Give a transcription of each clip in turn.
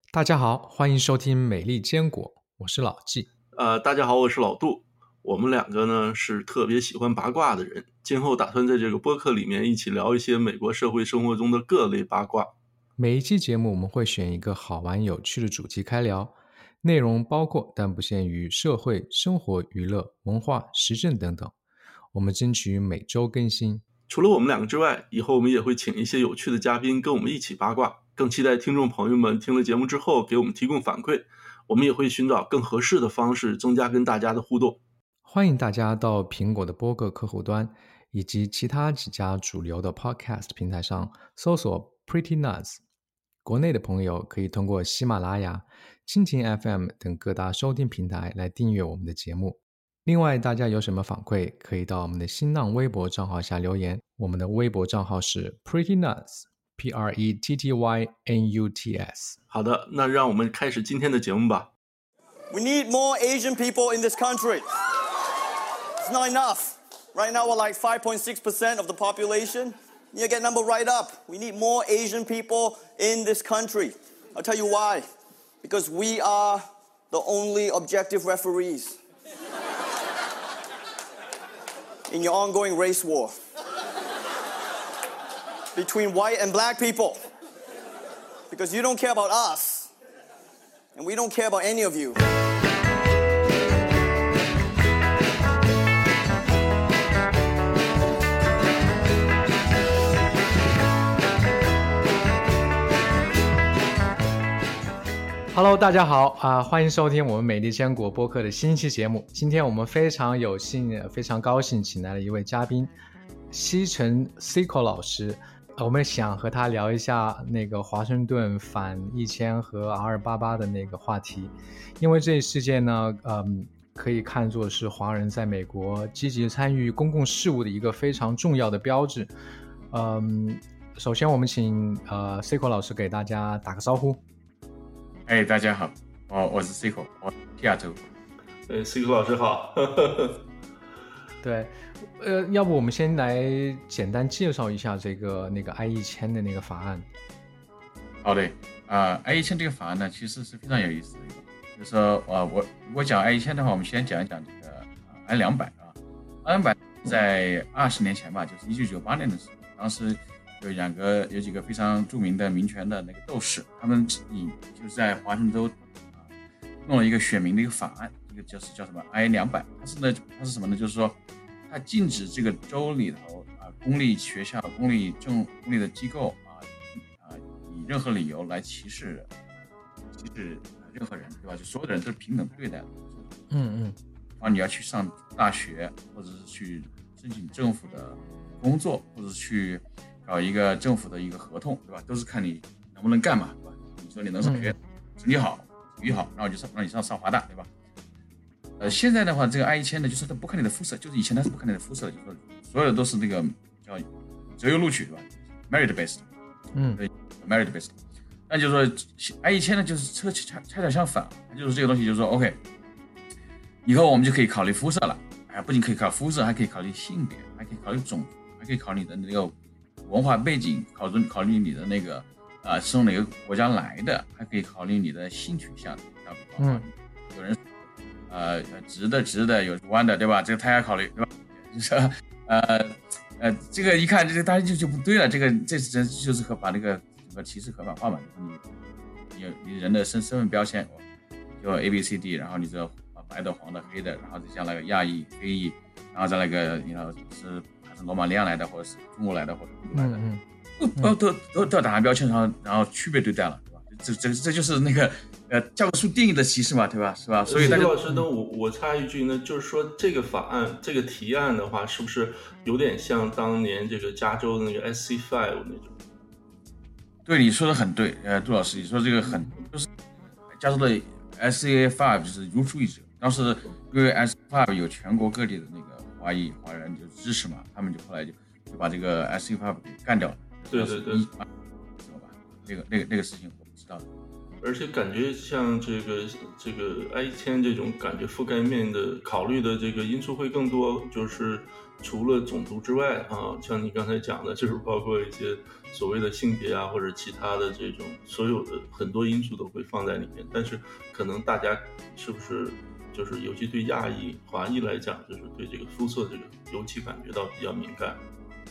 大家好，欢迎收听美丽坚果，我是老纪。 大家好，我是老杜。我们两个呢是特别喜欢八卦的人，今后打算在这个播客里面一起聊一些美国社会生活中的各类八卦。 每一期节目我们会选一个好玩有趣的主题开聊，内容包括但不限于社会、生活、娱乐、文化、时政等等。我们争取每周更新。 除了我们两个之外，以后我们也会请一些有趣的嘉宾跟我们一起八卦，更期待听众朋友们听了节目之后给我们提供反馈，我们也会寻找更合适的方式增加跟大家的互动。 欢迎大家到苹果的播客客户端以及其他几家主流的 podcast 平台上搜索 Pretty Nuts。国内的朋友可以通过喜马拉雅、蜻蜓 FM 等各大收听平台来订阅我们的节目。另外，大家有什么反馈，可以到我们的新浪微博账号下留言。我们的微博账号是 Pretty Nuts PRETTYNUTS。 好的，那让我们开始今天的节目吧。 We need more Asian people in this country. It's not enough. Right now we're like 5.6% of the population. You get number right up. We need more Asian people in this country. I'll tell you why. Because we are the only objective referees in your ongoing race war between white and black people. Because you don't care about us, and we don't care about any of you。Hello， 大家好欢迎收听我们美丽坚果播客的新一期节目。今天我们非常有幸、非常高兴，请来了一位嘉宾，西城 Cico 老师。我们想和他聊一下那个华盛顿反1000和 R88 的那个话题，因为这一事件呢，可以看作是华人在美国积极参与公共事务的一个非常重要的标志。首先我们请Cico 老师给大家打个招呼。 大家好，我是 Cico， 我西雅图。 Cico 老师好。 对，要不我们先来简单介绍一下那个 I1000 的那个法案。 好的，I1000 这个法案呢，其实是非常有意思的一个，就是说我讲 I1000 的话，我们先讲一讲这个I200啊。I200在20年前吧，就是1998年的时候，当时有几个非常著名的民权的那个斗士，他们就是在华盛顿州弄了一个选民的一个法案，这个叫什么 I200， 它是什么呢？就是说它禁止这个州里头公立学校、公立的机构以任何理由来歧视任何人，对吧？就所有的人都是平等对待的。你要去上大学，或者是去申请政府的工作，或者是去搞一个政府的一个合同，对吧？都是看你能不能干嘛，对吧？你说你能上学，成绩好，体育好，让你上华大，对吧？现在的话，这个 I1000 呢，就是它不看你的肤色，就是以前它是不看你的肤色的，就是所有的都是那个叫择优录取，对吧 ？merit based， merit based。那就是说 I1000 呢，就是恰恰相反，它就是这个东西，就是说 OK， 以后我们就可以考虑肤色了，不仅可以考肤色，还可以考虑性别，还可以考虑种族，还可以考虑你的那个文化背景，考虑你的那个是从哪个国家来的，还可以考虑你的性取向，有人直的，有弯的，对吧？这个他要考虑，对吧？就是这个一看，这个大家就不对了。这就是把那个整个歧视合法化嘛。你人的身份标签，就 ABCD， 然后你这白的、黄的、黑的，然后再加那个亚裔、非裔，然后再那个是罗马尼亚来的，或者是中国来的，或者印度来的，都要打上标签，然后区别对待了，对吧？这就是那个教科书定义的歧视嘛，对吧？是吧？所以老师呢，我插一句呢，就是说这个法案这个提案的话，是不是有点像当年这个加州的那个 SC5 那种？ 对，你说的很对，杜老师，你说这个就是加州的 SC5 就是如出一辙。当时因为 SC5 有全国各地的那个华人就支持嘛，他们就后来就把这个 SC5 给干掉了。 对， 知道吧？那个事情我不知道的。 而且感觉像这个I1000这种感觉覆盖面的考虑的这个因素会更多，就是除了种族之外啊，像你刚才讲的，就是包括一些所谓的性别啊，或者其他的这种所有的很多因素都会放在里面。但是可能大家是不是就是尤其对亚裔、华裔来讲，就是对这个肤色这个尤其感觉到比较敏感。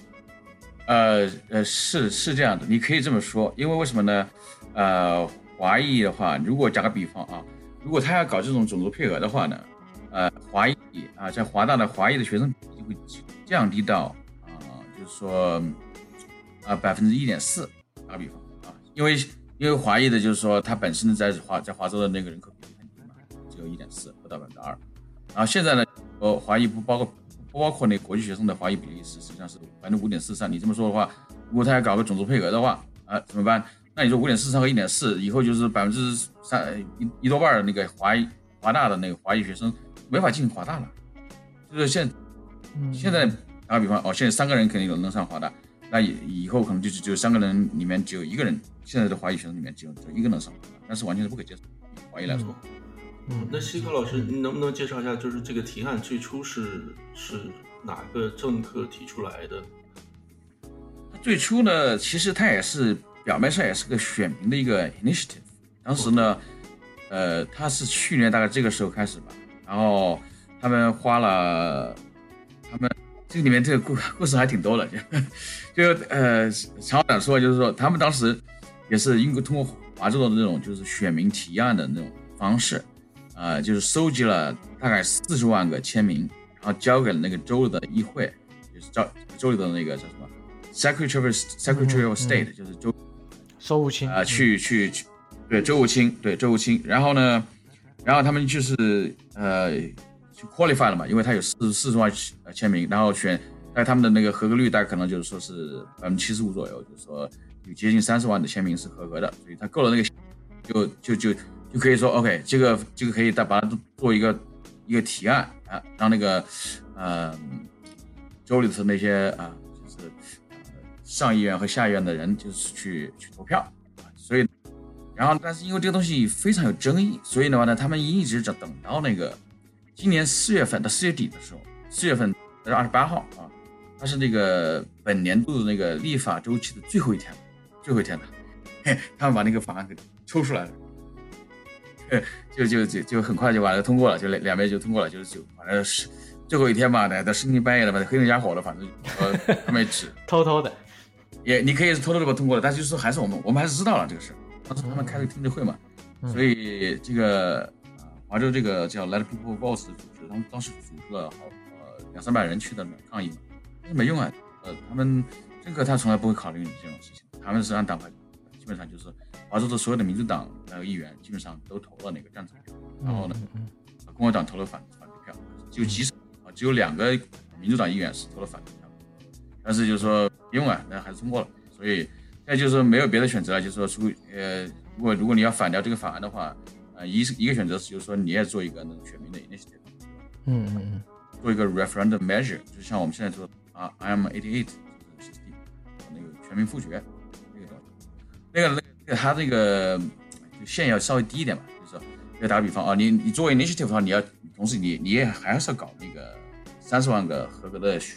是这样的，你可以这么说，因为为什么呢？华裔的话，如果打个比方啊，如果他要搞这种种族配额的话呢，华裔啊，在华大的华裔的学生比例会降低到就是说1.4%，打个比方啊，因为华裔的就是说他本身在华州的那个人口比例很低嘛，只有1.4%不到2%，然后现在呢，华裔不包括那个国际学生的华裔比例实际上是5.43%。你这么说的话，如果他要搞个种族配额的话怎么办？那你说5.43和1.4，以后就是1多半的那个华大的那个华裔学生没法进华大了。就是现在打个比方现在3个人肯定能上华大，那以后可能就3个人里面只有1个人，现在的华裔学生里面只有1个能上华大，但是完全是不可接受，华裔来说。 那西科老师，你能不能介绍一下，就是这个提案最初是哪个政客提出来的？ 最初呢，其实他也是表面上也是个选民的一个 initiative。当时呢，他是去年大概这个时候开始吧，然后他们这个里面这个故事还挺多的，就长话短说，就是说他们当时也是通过华州的那种就是选民提案的那种方式。就是收集了大概40万个签名，然后交给了那个州的议会，就是州里的那个叫什么 Secretary of State，就是州务卿对州务卿，然后他们就是去 qualify 了嘛，因为他有40万签名，然后在他们的那个合格率大概可能就是说是75%左右，就是说有接近30万的签名是合格的，所以他够了那个就可以说 OK， 这个可以把它做一个提案让那个州里的那些就是上议院和下议院的人就是去投票所以但是因为这个东西非常有争议，所以的话呢，他们一直等到那个今年4月份到4月底的时候，4月份28号它是那个本年度的那个立法周期的最后一天了，他们把那个法案给抽出来了。就很快就把它通过了，就两边就通过了，就反正是最后一天嘛，到深更半夜了，反正黑灯瞎火的，反正他们只偷偷的， 你可以偷偷的把它通过了，但是就是还是我们还是知道了这个事，当时他们开了个听证会嘛，所以这个华州这个叫 Let People Vote 的组织，他们当时组织了200-300人去的抗议嘛，但是没用啊，他们政客他从来不会考虑你这种事情，他们是按党派，基本上就是华州的所有的民主党那个议员基本上都投了那个赞成票，然后呢，共和党投了反对票，就即使只有2个民主党议员是投了反对票，但是就是说不用啊，那还是通过了，所以现在就是说没有别的选择了，就是说如果你要反掉这个法案的话，一个选择是就是说你也做一个那种选民的 initiative，做一个 referendum measure， 就像我们现在做的IM88 那个全民复决那个东西，那个它这个线要稍微低一点嘛，就是说打个比方你作为 initiative 的话，你要同时你也还是要搞那个30万个合格的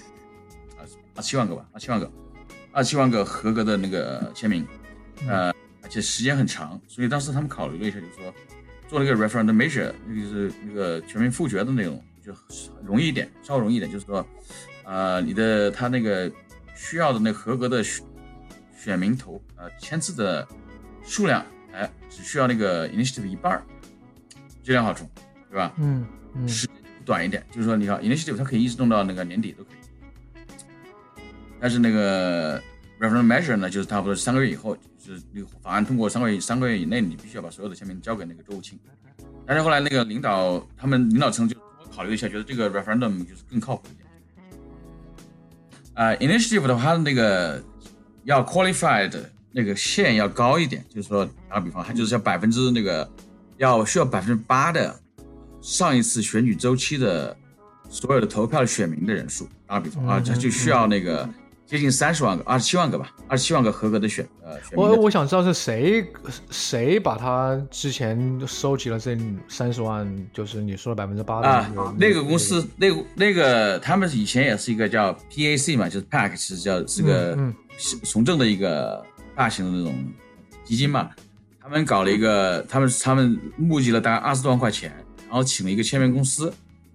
27万个合格的那个签名，而且时间很长，所以当时他们考虑了一下，就是说做那个 referendum measure， 那个就是那个全民复决的那种，就容易一点，稍微容易一点，就是说他那个需要的那个合格的选民签字的数量，只需要那个 initiative 一半，这两好处，对吧？时间短一点，就是说你看 initiative 它可以一直弄到那个年底都可以，但是那个 referendum measure 呢，就是差不多3个月以后，就是那个法案通过3个月以内，你必须要把所有的签名交给那个州务卿。但是后来那个他们领导层就考虑一下，觉得这个 referendum 就是更靠谱一点。initiative 的话，那个要 qualified 的那个线要高一点，就是说打个比方，它就是需要8%的上一次选举周期的所有的投票选民的人数，打个比方它就需要那个接近30万个，27万个吧，27万个合格的选民。 我想知道是谁把他之前收集了这30万，就是你说的8%的那个公司，那个他们以前也是一个叫 PAC 嘛，就是 PAC 是个从政的一个大型的那种基金嘛。他们搞了一个，他们募集了大概20多万块钱，然后请了一个签名公司，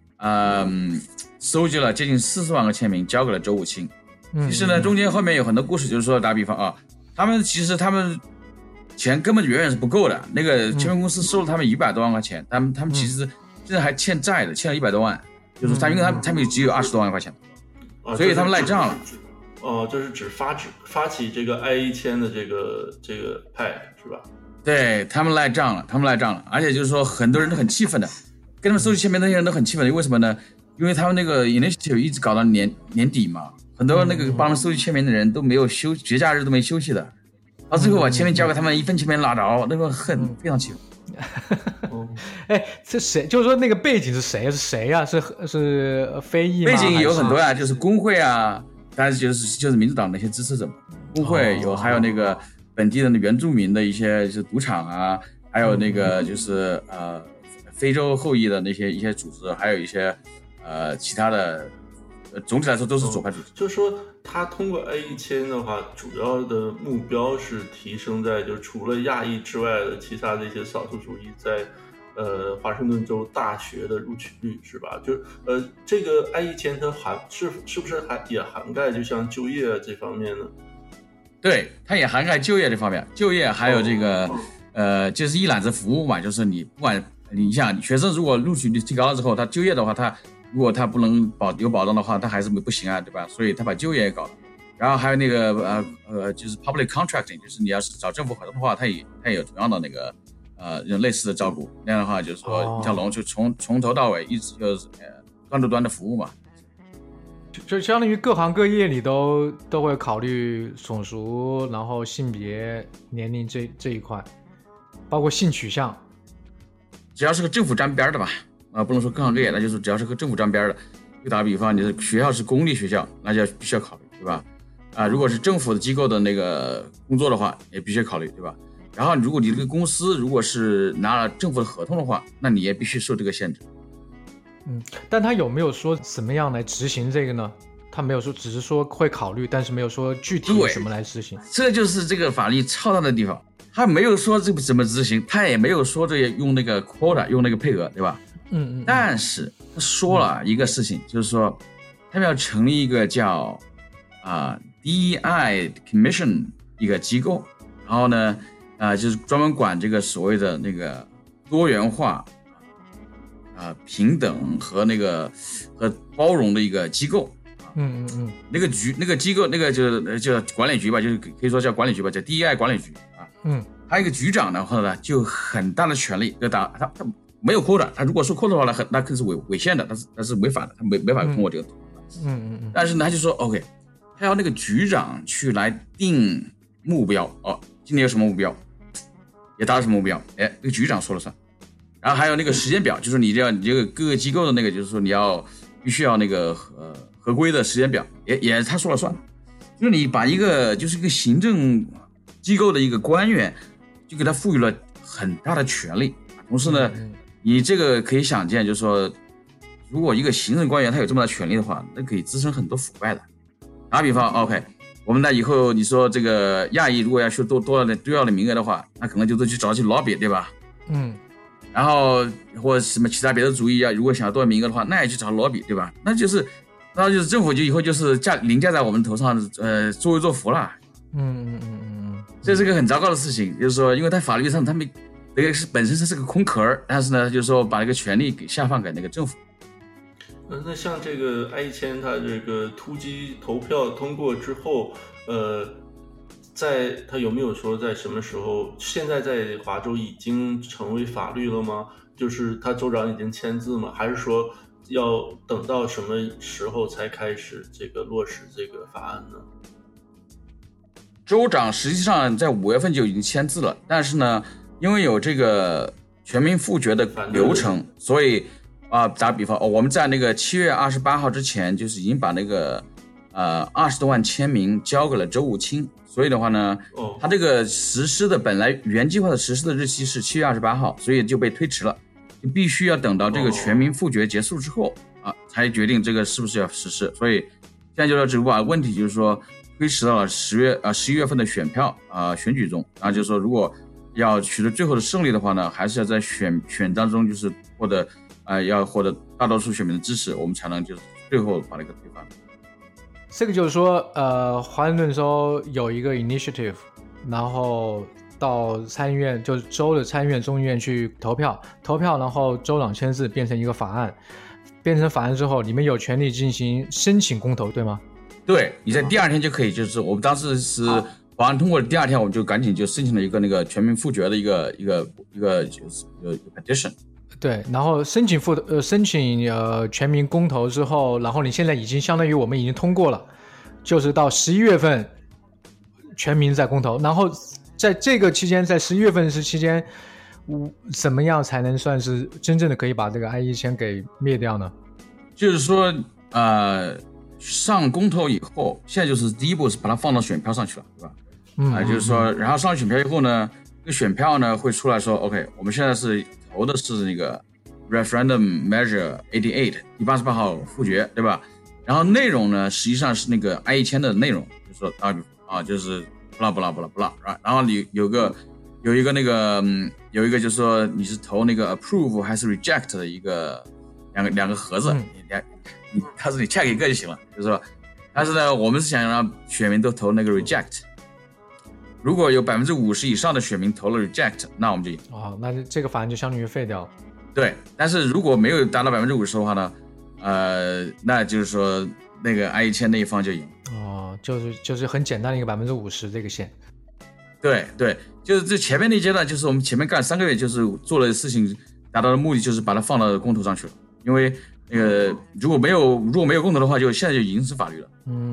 收集了接近40万个签名，交给了周武清。其实呢，中间后面有很多故事，就是说打比方啊，他们钱根本远远是不够的。那个签名公司收了他们100多万块钱，他们其实现在还欠债的，欠了100多万，就是因为他们只有20多万块钱，所以他们赖账了。 这是指发起这个 IE 签的这个派是吧？ 对，他们赖账了，而且就是说很多人都很气愤的，跟他们收集签名那些人都很气愤的，为什么呢？因为他们那个 initiative 一直搞到年底嘛。很多那个帮他们收集签名的人都没有节假日都没休息的，到最后把签名交给他们，1分钱没拿着，那个恨非常气愤。 哎，这谁？就是说那个背景是谁？是谁啊？是非裔吗？ 背景有很多啊，就是工会啊，但是就是民主党那些支持者嘛，工会有，还有那个本地的原住民的一些就是赌场啊，还有那个就是非洲后裔的一些组织，还有一些其他的。总体来说都是左派组织。 就是说，他通过 IE 签的话，主要的目标是提升在就除了亚裔之外的其他的一些少数族裔在华盛顿州大学的录取率是吧？就这个 IE 签它是不是也涵盖就像就业这方面呢？ 对，它也涵盖就业这方面，就业还有这个就是一揽子服务嘛，就是你不管你像学生如果录取率提高了之后，他就业的话，如果他不能有保障的话，他还是不行啊，对吧？所以他把就业也搞了，然后还有那个就是 public contracting， 就是你要是找政府合同的话，他也有同样的那个类似的照顾。那样的话，就是说一条龙就从头到尾一直就是端着端的服务嘛。 就相当于各行各业里都会考虑种族，然后性别、年龄这一块，包括性取向， 只要是个政府沾边的吧。不能说各行各业，那就是只要是和政府沾边的。就打个比方，你的学校是公立学校，那就必须要考虑，对吧？如果是政府的机构的那个工作的话，也必须考虑，对吧？然后如果你这个公司如果是拿了政府的合同的话，那你也必须受这个限制。 但他有没有说怎么样来执行这个呢？他没有说，只是说会考虑，但是没有说具体怎么来执行。 这就是这个法律操蛋的地方，他没有说这怎么执行，他也没有说这用那个 quota 用那个配额，对吧？但是他说了一个事情，就是说他们要成立一个叫DEI Commission 一个机构，然后呢就是专门管这个所谓的那个多元化平等和包容的一个机构。那个机构那个就管理局吧，就是可以说叫管理局吧，叫 DEI 管理局啊。他一个局长的话呢，就很大的权力，他没有 quota， 他如果说 quota 的话，那可是违宪的，那是违法的，他没法通过这个。但是呢，他就说 OK， 他要那个局长去来定目标今年有什么目标，也达到什么目标，那个局长说了算。然后还有那个时间表，就是你这个各个机构的那个，就是说你必须要那个合规的时间表，也他说了算。就是你把一个行政机构的一个官员，就给他赋予了很大的权力，同时呢。你这个可以想见，就是说，如果一个行政官员他有这么大权力的话，那可以滋生很多腐败的。打比方 ，OK， 我们以后你说这个亚裔如果要去多要的名额的话，那可能就都去找去 lobby， 对吧？然后或者什么其他别的族裔如果想要多名额的话，那也去找 lobby， 对吧？那就是政府就以后就是凌驾在我们头上，作威作福了。这是个很糟糕的事情，就是说，因为在法律上他们。这个本身是个空壳，但是呢，就是说把这个权力给下放给那个政府。 那像这个 IE 签，它这个突击投票通过之后，它有没有说在什么时候？现在在华州已经成为法律了吗？就是他州长已经签字吗？还是说要等到什么时候才开始这个落实这个法案呢？ 州长实际上在5月份就已经签字了，但是呢。因为有这个全民复决的流程，所以打比方我们在那个7月28号之前，就是已经把那个 20多万签名交给了周务清，所以的话呢，他这个实施的本来原计划的实施的日期是7月28号，所以就被推迟了，就必须要等到这个全民复决结束之后才决定这个是不是要实施。所以现在就要只把问题就是说推迟到了11月份的选票选举中，然后就是说如果要取得最后的胜利的话呢，还是要在选当中就是要获得大多数选民的支持，我们才能就是最后把那个推翻。 这个就是说华盛顿州有一个 initiative， 然后到参议院就是州的参议院众议院去投票，然后州长签字变成一个法案，变成法案之后你们有权利进行申请公投，对吗？ 对，你在第二天就可以，就是我们当时是法案通过的第二天，我们就赶紧就申请了一个那个全民复决的一个 petition。 对，然后申请全民公投之后，然后你现在已经相当于我们已经通过了，就是到11月份全民在公投，然后在这个期间，在11月份期间，怎么样才能算是真正的可以把这个 I-1000给灭掉呢？ 就是说上公投以后，现在就是第一步是把它放到选票上去了，对吧？就是说，然后上选票以后呢，这个选票呢会出来说 OK， 我们现在是投的是那个 referendum measure 88第88号复决，对吧？然后内容呢实际上是那个 I-1000的内容，就是说就是不啦，然后你有一个那个有一个就是说你是投那个 approve 还是 reject 的一个两个盒子，他说你 check 一个就行了，就是说，但是呢，我们是想让选民都投那个 reject。如果有50%以上的选民投了 reject， 那我们就赢。 那这个法案就相当于废掉。 对，但是如果没有达到50%的话呢，那就是说那个 I-1000那一方就赢。 就是很简单的一个50%这个线。 对，就是这前面那阶段，就是我们前面干3个月，就是做了事情，达到的目的就是把它放到公投上去了，因为。如果没有公投的话，就现在就已经是法律了。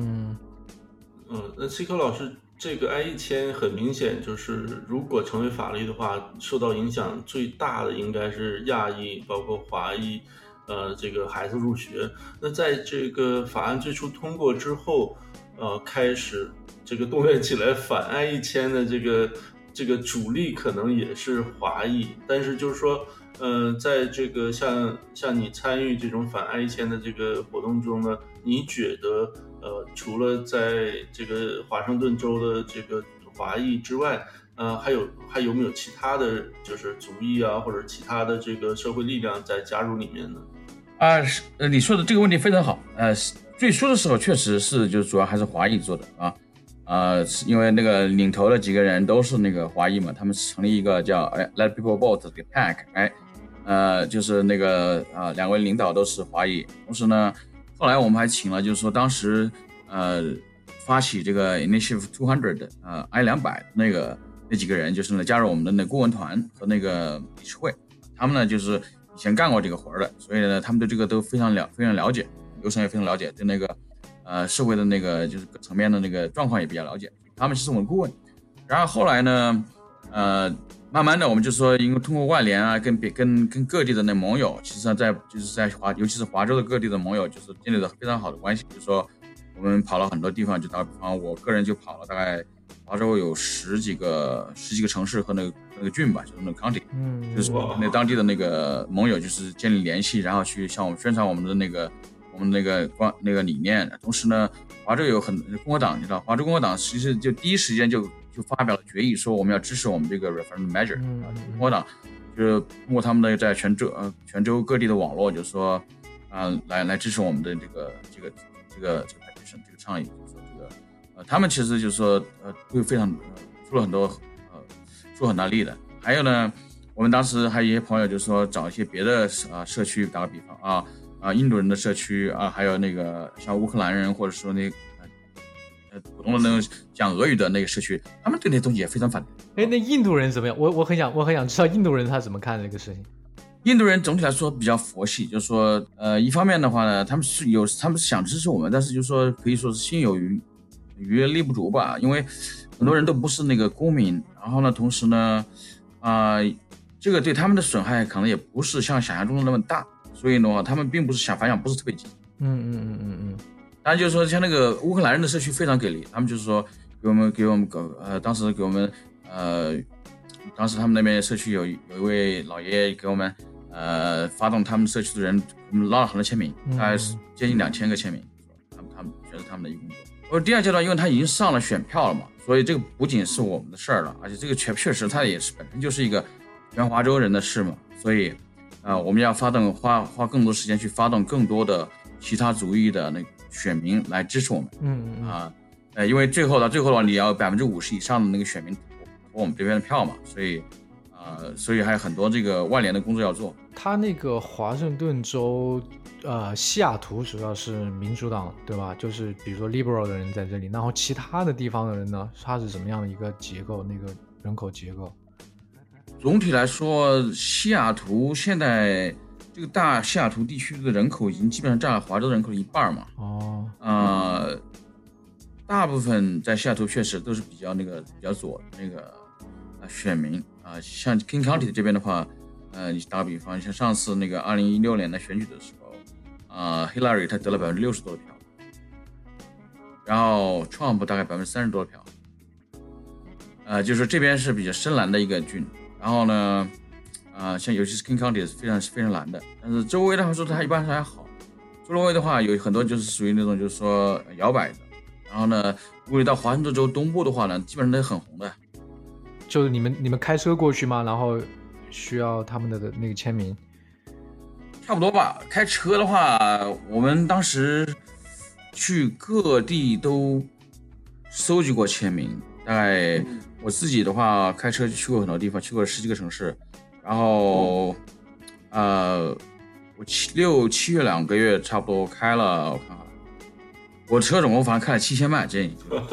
那 CQ 老师，这个 I-1000很明显就是如果成为法律的话，受到影响最大的应该是亚裔，包括华裔，这个孩子入学。那在这个法案最初通过之后，开始这个动员起来反 I-1000的这个主力可能也是华裔，但是就是说。在这个像你参与这种反I-1000的这个活动中呢，你觉得除了在这个华盛顿州的这个华裔之外，还有没有其他的就是族裔啊，或者其他的这个社会力量在加入里面呢？ 你说的这个问题非常好。最初的时候确实是就主要还是华裔做的因为那个领头的几个人都是那个华裔嘛，他们成立一个叫Let People Vote 的 PAC，就是那个2位领导都是华裔。同时呢，后来我们还请了就是说当时发起这个 Initiative 200I-200那几个人，就是呢加入我们的那顾问团和那个理事会。他们呢就是以前干过这个活的，所以呢他们对这个都非常了解，流程也非常了解，对那个社会的那个就是各层面的那个状况也比较了解，他们是我们顾问。然后后来呢慢慢的我们就说因为通过外联啊跟各地的那盟友，其实上尤其是华州的各地的盟友，就是建立了非常好的关系。就是说我们跑了很多地方，就打比方我个人就跑了大概华州有十几个城市和那个郡吧，就是那个 county，就是那当地的那个盟友就是建立联系，然后去向我们宣传我们的那个理念。同时呢，华州有共和党，你知道，华州共和党其实就第一时间就发表了决议，说我们要支持我们这个 referendum measure。共和党就是通过他们的在全州各地的网络，就是说来支持我们的这个 petition 这个倡议，就是说这个他们其实就是说会非常出了很大力的。还有呢，我们当时还有一些朋友就是说找一些别的社区，打个比方印度人的社区还有那个像乌克兰人，或者说那普通的那种讲俄语的那个社区，他们对那些东西也非常反对。 那印度人怎么样？我很想知道印度人他怎么看这个事情。 印度人总体来说比较佛系，就是说一方面的话呢，他们是想支持我们，但是就是说可以说是心有余力不足吧，因为很多人都不是那个公民，然后呢同时呢这个对他们的损害可能也不是像想象中的那么大，所以的话他们并不是反响不是特别积极。 当然就是说像那个乌克兰人的社区非常给力，他们就是说给我们当时给我们当时他们那边社区有一位老爷爷给我们发动他们社区的人，我们捞了很多签名，大概是接近2000个签名，他们全是他们的义工作。第二阶段，因为他已经上了选票了嘛，所以这个不仅是我们的事儿了，而且这个确实它也是本身就是一个全华州人的事嘛，所以我们要花更多时间去发动更多的其他族裔的那个选民来支持我们。因为最后的话，你要50%以上的那个选民投我们这边的票嘛，所以还有很多这个外联的工作要做。 他那个华盛顿州西雅图主要是民主党对吧？就是比如说 liberal 的人在这里，然后其他的地方的人呢，他是怎么样的一个结构，那个人口结构？ 总体来说，西雅图现在这个大西雅图地区的人口已经基本上占了华州人口的一半嘛。大部分在西雅图确实都是比较左的那个选民像 King County 这边的话，你打个比方，像上次那个2016年的选举的时候，Hillary 他得了60%多的票，然后 Trump 大概30%多的票，就是这边是比较深蓝的一个郡，然后呢，像尤其是 King County 也是非常非常蓝的，但是周围的话说它一般还好，周围的话有很多就是属于那种就是说摇摆的，然后呢，如果你到华盛顿州东部的话呢，基本上都很红的。 就是你们开车过去吗？然后需要他们的那个签名？ 差不多吧。开车的话，我们当时去各地都收集过签名。大概我自己的话，开车去过很多地方，去过10几个城市。然后，我6、7月2个月差不多开了，我看看，我车总共反正开了7000迈，这。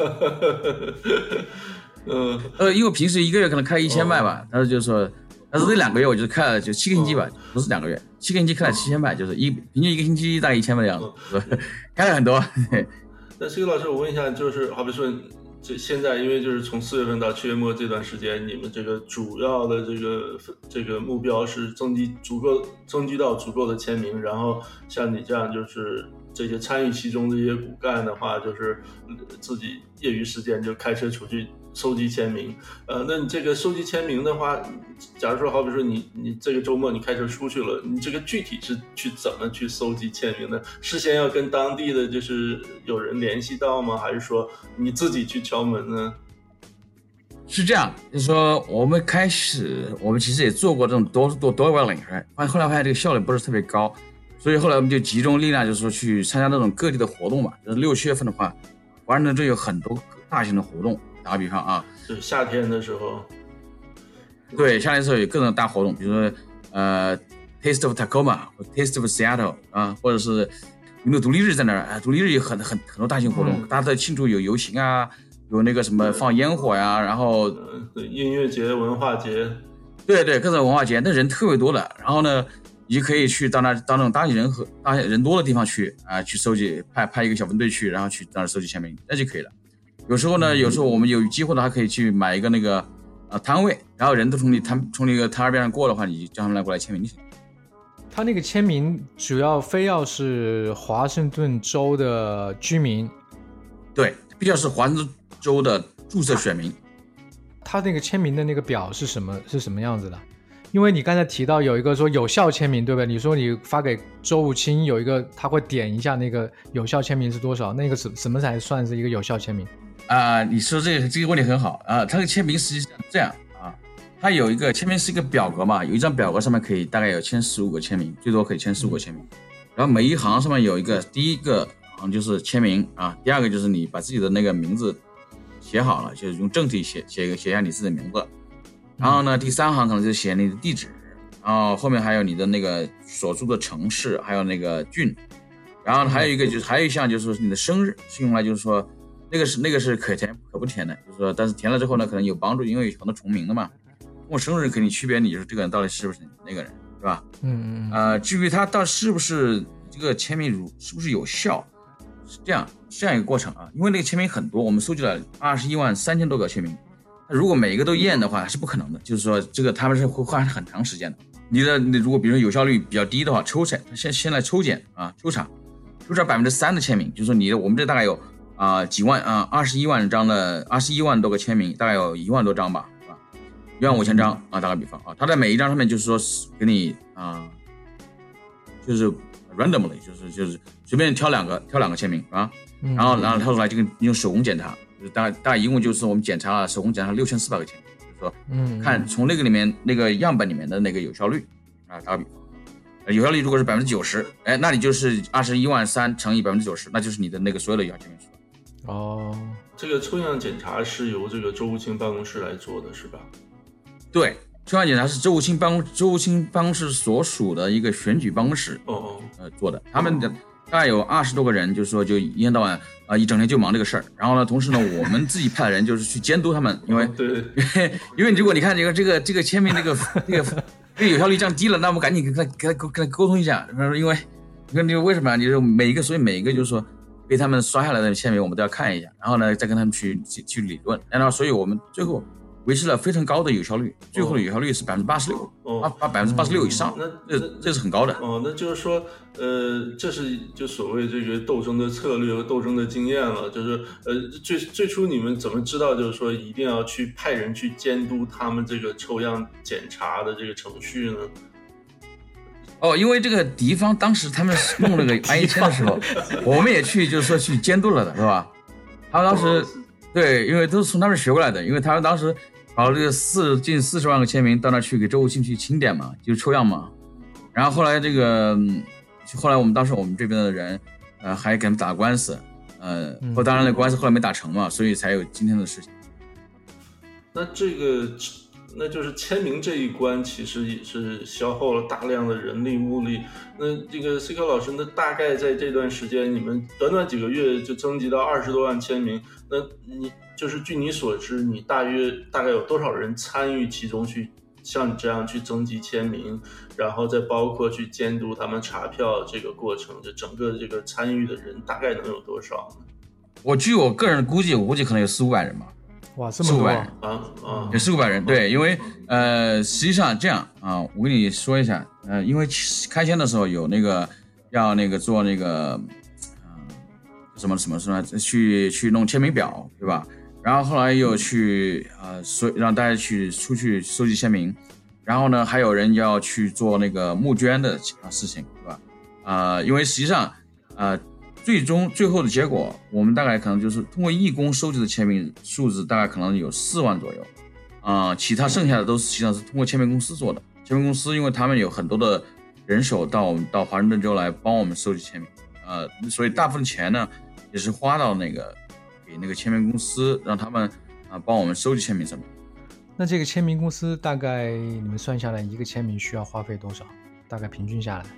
因为平时1个月可能开1000迈吧，但是就是说，但是这2个月我就开了就7个星期吧，不是2个月，7个星期开了7000迈，就是平均1个星期大概1000迈的样子，开了很多。 那C老师，我问一下，就是好比说，现在因为就是从4月份到7月末这段时间，你们这个主要的这个目标是征集到足够的签名，然后像你这样就是这些参与其中的这些骨干的话，就是自己业余时间就开车出去收集签名。那你这个收集签名的话，假如说好比说你这个周末你开车出去了，你这个具体是去怎么去收集签名呢？事先要跟当地的就是有人联系到吗？还是说你自己去敲门呢？ 是这样，就是说我们其实也做过这种多外领，后来发现这个效率不是特别高，所以后来我们就集中力量，就是说去参加那种各地的活动嘛。就是6、7月份的话，华盛顿州有很多大型的活动。打个比方啊， 就是夏天的时候， 对，夏天的时候有各种大活动，比如说Taste of Tacoma 或 Taste of Seattle 或者是有独立日在那儿，独立日有很多大型活动，大家在庆祝，有游行啊，有那个什么放烟火呀，然后音乐节、文化节， 对，各种文化节，那人特别多的，然后呢，你就可以去到那种当地人多的地方去去收集，派一个小分队去，然后去到那收集签名，那就可以了。有时候我们有机会的还可以去买一个那个摊位，然后人都从那个摊边上过的话，你叫他们过来签名就行。 他那个签名主要非要是华盛顿州的居民， 对，必须要是华盛顿州的注册选民。 他那个签名的那个表是什么样子的？因为你刚才提到有一个说有效签名，对不对？你说你发给州务卿有一个，他会点一下那个有效签名是多少，那个什么才算是一个有效签名？ 你说这个问题很好啊。他的签名实际上这样啊，他有一个签名是一个表格嘛，有一张表格上面可以大概有签15个签名，最多可以签15个签名。然后每一行上面有一个，第一个行就是签名啊，第二个就是你把自己的那个名字写好了，就是用正体写下你自己的名字。然后呢，第3行可能就写你的地址，然后后面还有你的那个所住的城市，还有那个郡。然后还有一项就是你的生日，是用来就是说那个是可填可不填的，就是说但是填了之后呢可能有帮助，因为有很多重名的嘛，通过生日可以区别你就是这个人到底是不是那个人，对吧？至于他到底是不是这个签名是不是有效，是这样一个过程啊。因为那个签名很多，我们收集了213000多个签名，如果每一个都验的话是不可能的，就是说这个他们是会花很长时间的。你如果比如说有效率比较低的话，抽检先来抽检啊，抽查， 就这3%的签名，就是说我们这大概有几万21万张的21万多个签名，大概有1万多张吧，是吧？15000张打个比方他在每一张上面就是说给你就是 randomly 就是随便挑两个签名然后跳出来就跟用手工检查，就是大概一共就是我们手工检查6400个签名，就是说看从那个里面那个样本里面的那个有效率打个比方，有效率如果是90%，那你就是21万3乘以90%，那就是你的那个所有的有效签名数。 这个抽样检查是由这个周务清办公室来做的是吧？ 对，抽样检查是周务清办公室所属的一个选举办公室做的，他们的大概有20多个人，就是说就一天到晚一整天就忙这个事儿。然后呢，同时呢，我们自己派的人就是去监督他们，因为因为如果你看这个签名这个有效率降低了，那我们赶紧跟他沟通一下，因为你看为什么你就每一个就是说被他们刷下来的签名我们都要看一下，然后呢再跟他们去理论，然后所以我们最后维持了非常高的有效率，最后的有效率是86%，把86%以上，这是很高的。 那就是说，这是就所谓这个斗争的策略和斗争的经验了。就是最初你们怎么知道，就是说一定要去派人去监督他们这个抽样检查的这个程序呢？ 因为这个敌方当时他们弄那个IE1000的时候，我们也就是说去监督了的，是吧？他们当时对，因为都是从他们学过来的，因为他们当时搞了这个近40万个签名到那去给周务清去清点嘛，就是抽样嘛。然后后来我们当时我们这边的人还给他们打官司，当然那官司后来没打成嘛，所以才有今天的事情。 那就是签名这一关其实也是消耗了大量的人力物力。那这个 CQ 老师，那大概在这段时间你们短短几个月就征集到20多万签名，那你就是据你所知，你大概有多少人参与其中，去像你这样去征集签名，然后再包括去监督他们查票这个过程，就整个这个参与的人大概能有多少呢？ 据我个人估计，可能有400-500人吧。 哇，这么多有400-500人，对，因为实际上这样我跟你说一下，因为开签的时候有那个要那个做那个什么去弄签名表，对吧？然后后来又去让大家出去收集签名，然后呢还有人要去做那个募捐的事情，对吧？因为实际上最后的结果，我们大概可能就是通过义工收集的签名数字大概可能有4万左右，其他剩下的都实际上是通过签名公司做的。签名公司因为他们有很多的人手到华盛顿州来帮我们收集签名，所以大部分钱呢也是花到给那个签名公司，让他们帮我们收集签名上面。 那这个签名公司大概你们算下来一个签名需要花费多少？大概平均下来？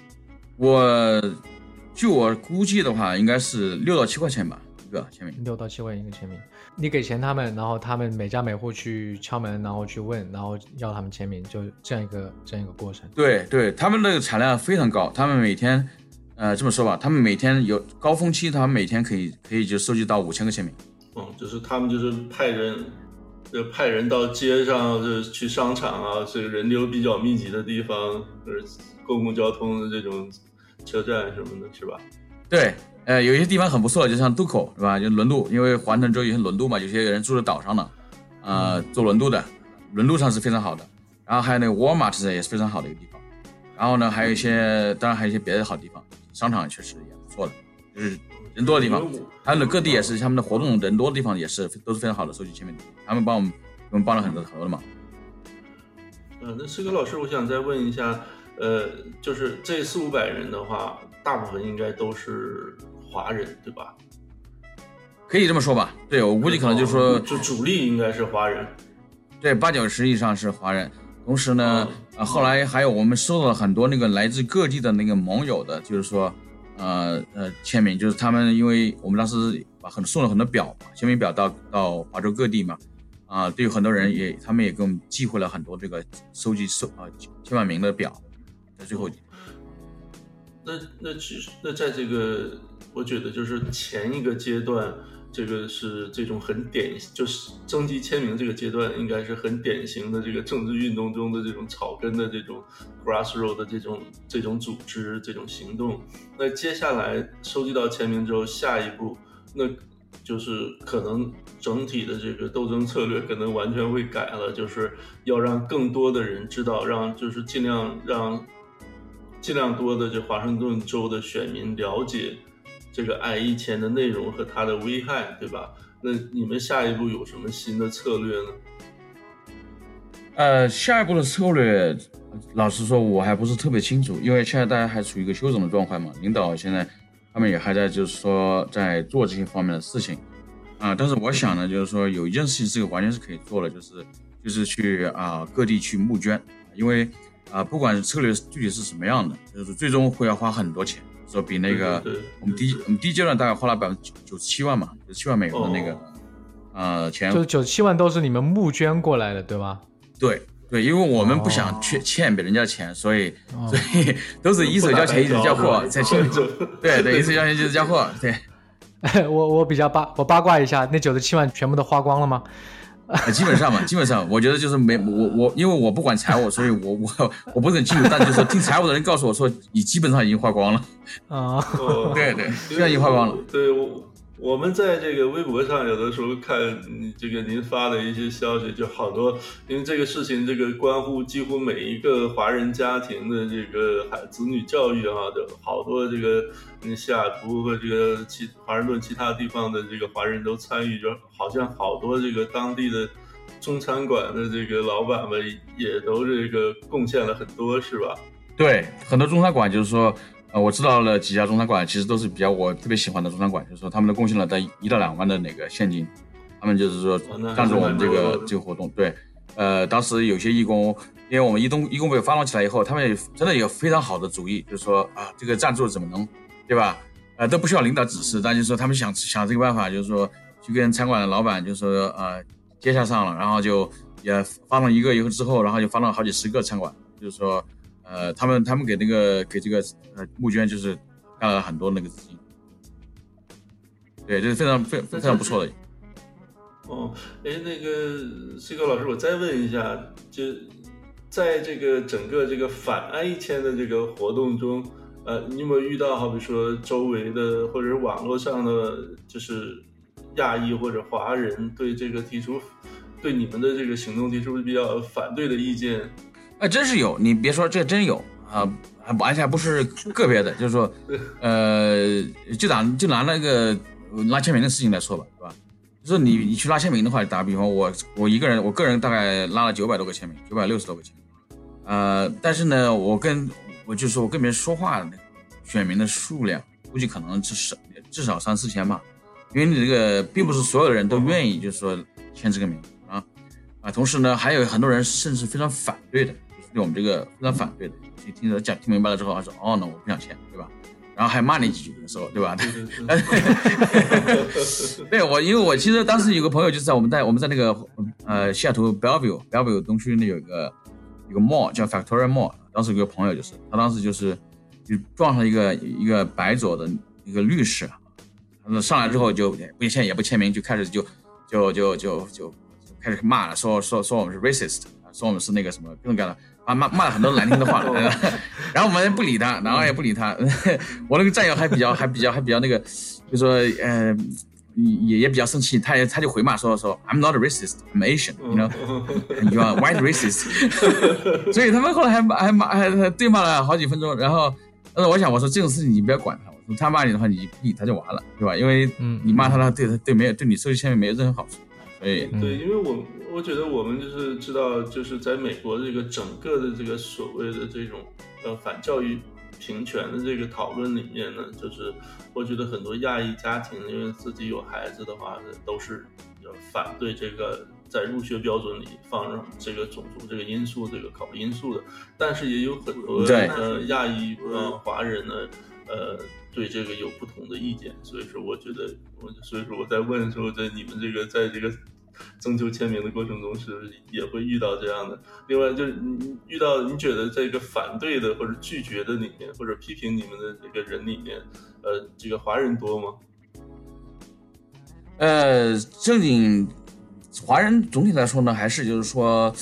据我估计的话，应该是6到7块钱吧，一个签名。 6到7块钱一个签名，你给钱他们，然后他们每家每户去敲门，然后去问，然后要他们签名，就这样一个过程。 对，他们的产量非常高，他们每天，这么说吧，他们每天有高峰期，他们每天可以就收集到5000个签名。 就是他们就是派人到街上，就是去商场这个人流比较密集的地方，公共交通的这种车站什么的，是吧？对， 有些地方很不错，就像渡口，是吧？就轮渡，因为华盛顿州有些轮渡嘛，有些人住在岛上呢，坐轮渡的，轮渡上是非常好的。然后还有那个 Walmart 也是非常好的一个地方。然后呢，当然还有一些别的好地方，商场确实也不错的，就是人多的地方。还有各地也是，他们的活动人多的地方也是都是非常好的收集签名的，他们帮我们帮了很多的忙。 那CQ老师，我想再问一下。就是这400-500人的话，大部分应该都是华人，对吧？ 可以这么说吧。对，我估计可能就是说， 就主力应该是华人。 对，80%以上是华人。同时呢，后来还有我们收到了很多那个来自各地的那个盟友的，就是说，签名，就是他们因为我们当时送了很多表，签名表到华州各地嘛，对于很多人他们也给我们寄回了很多这个收集签完名的表。最后那在这个我觉得就是前一个阶段这个是这种很就是征集签名这个阶段，应该是很典型的这个政治运动中的这种草根的这种 grassroots 的这种组织这种行动。那接下来收集到签名之后，下一步那就是可能整体的这个斗争策略可能完全会改了，就是要让更多的人知道，就是尽量多的这华盛顿州的选民了解这个I-1签的内容和它的危害，对吧？那你们下一步有什么新的策略呢？下一步的策略，老实说我还不是特别清楚，因为现在大家还处于一个休整的状态嘛，领导现在他们也还在就是说在做这些方面的事情但是我想呢，就是说有一件事情是完全是可以做的，就是去各地去募捐，因为不管策略具体是什么样的，就是最终会要花很多钱。说比那个我们第一阶段大概花了97万嘛，97万美元的那个钱， 就是97万都是你们募捐过来的，对吧？ 对，因为我们不想欠别人家钱，所以都是一手交钱一手交货，在清楚。对，一手交钱一手交货。对， 我八卦一下，那97万全部都花光了吗？ 基本上，我觉得就是因为我不管财务，所以我不是很清楚，但就是说听财务的人告诉我说，你基本上已经花光了。对，基本上已经花光了。 对，我们在这个微博上有的时候看这个您发的一些消息，就好多，因为这个事情这个关乎几乎每一个华人家庭的这个子女教育的好多这个西雅图和这个华盛顿其他地方的这个华人都参与，就好像好多这个当地的中餐馆的这个老板们也都这个贡献了很多，是吧？ 对，很多中餐馆就是说。我知道了几家中餐馆，其实都是比较我特别喜欢的中餐馆，就是说他们都贡献了在1到2万的那个现金，他们就是说赞助我们这个活动。对，当时有些义工，因为我们义工被发动起来以后，他们也真的有非常好的主意，就是说这个赞助怎么能，对吧？都不需要领导指示，但就是说他们想这个办法，就是说去跟餐馆的老板就说接洽上了，然后就也发动一个以后之后，然后就发动好几10个餐馆，就是说。他们给这个募捐就是干了很多那个资金，对，这是非常不错的。 那个C哥老师，我再问一下，就在这个整个这个反I-1签的这个活动中，你有没有遇到好比说周围的或者是网络上的就是亚裔或者华人对这个对你们的这个行动提出比较反对的意见？ 真是有，你别说，这真有而且还不是个别的，就是说，就拿那个拉签名的事情来说吧，对吧？就是你去拉签名的话，打比方，我个人大概拉了900多个签名，960多个签名，但是呢，我跟别人说话的那个选民的数量，估计可能至少3-4千吧，因为你这个并不是所有的人都愿意，就是说签这个名同时呢，还有很多人甚至非常反对的。对我们这个非常反对的，听明白了之后，他说那我不想签，对吧？然后还骂你几句的时候，对吧？对因为我其实当时有个朋友就是我们在那个西雅图 Bellevue 东区那有一个 mall 叫 Factoria Mall， 当时有个朋友他当时就撞上一个白左的一个律师，上来之后就也不签名，就开始就开始骂了，说我们是 racist， 说我们是那个什么各种各样的。骂了很多难听的话，然后我们不理他，我那个战友还比较那个，就说也比较生气，他就回骂说 I'm not a racist, I'm Asian, you know, you are white racist 。所以他们后来还对骂了好几分钟，然后我说这种事情你不要管他，我说他骂你的话你不理他就完了，对吧？因为你骂他对你收集签名没有任何好处。 对，因为我觉得我们就是知道，就是在美国这个整个的这个所谓的这种反教育平权的这个讨论里面呢，就是我觉得很多亚裔家庭因为自己有孩子的话，都是反对这个在入学标准里放上这个种族这个因素这个考虑因素的，但是也有很多亚裔华人呢对这个有不同的意见，所以说我在问说在你们这个在这个征求签名的过程中是不是也会遇到这样的？另外就是你觉得这个反对的或者拒绝的里面，或者批评你们的这个人里面，这个华人多吗？ 正经华人总体来说呢，还是就是说，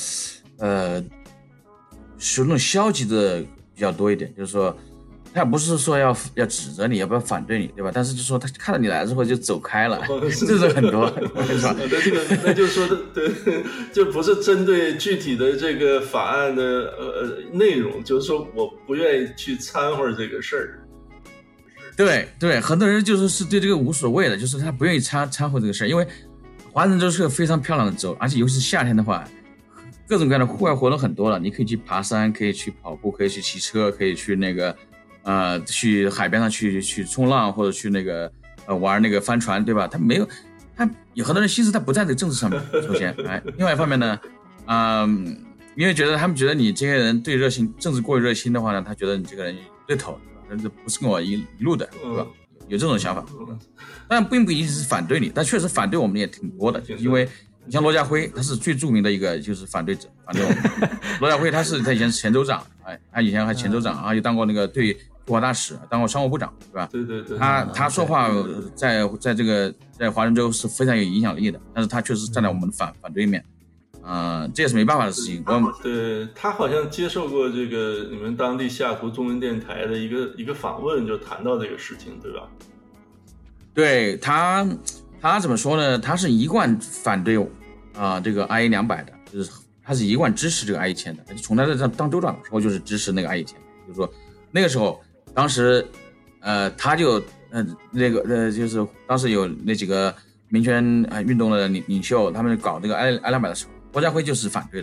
是那种消极的比较多一点，就是说。他不是说要指责你，要不要反对你，对吧？但是就说他看到你来之后就走开了，这种很多，是吧？ 那就是说的，对，就不是针对具体的这个法案的内容，就是说我不愿意去掺和这个事儿。 对，很多人就是对这个无所谓的，就是他不愿意掺和这个事儿，因为华盛顿州是个非常漂亮的州，而且尤其是夏天的话，各种各样的户外活动很多了，你可以去爬山，可以去跑步，可以去骑车，可以去那个。去海边上去冲浪，或者去那个玩那个帆船，对吧？他有很多人心思他不在这个政治上面，首先，另外一方面呢，因为他们觉得你这些人对政治过于热心的话呢，他觉得你这个人对头，对吧？这不是跟我一路的，对吧？有这种想法，但并不一定是反对你，但确实反对我们也挺多的，因为你像罗家辉，他是最著名的一个就是反对我们。罗家辉他以前是前州长，他以前还前州长，又当过那个对驻华大使，当过商务部长，对吧？ 对。 他说话在这个在华人州是非常有影响力的，但是他确实站在我们的反对面，这也是没办法的事情。 对，他好像接受过这个你们当地西雅图中文电台的一个访问，就谈到这个事情，对吧？ 对他怎么说呢？他是一贯反对这个 IA200 的，就是他是一贯支持这个 IA1000 的，从他在当州长的时候就是支持那个 IA1000，就是说那个时候。当时，他就就是当时有那几个民权运动的领袖，他们搞这个 I200 的时候，罗家辉就是反对的，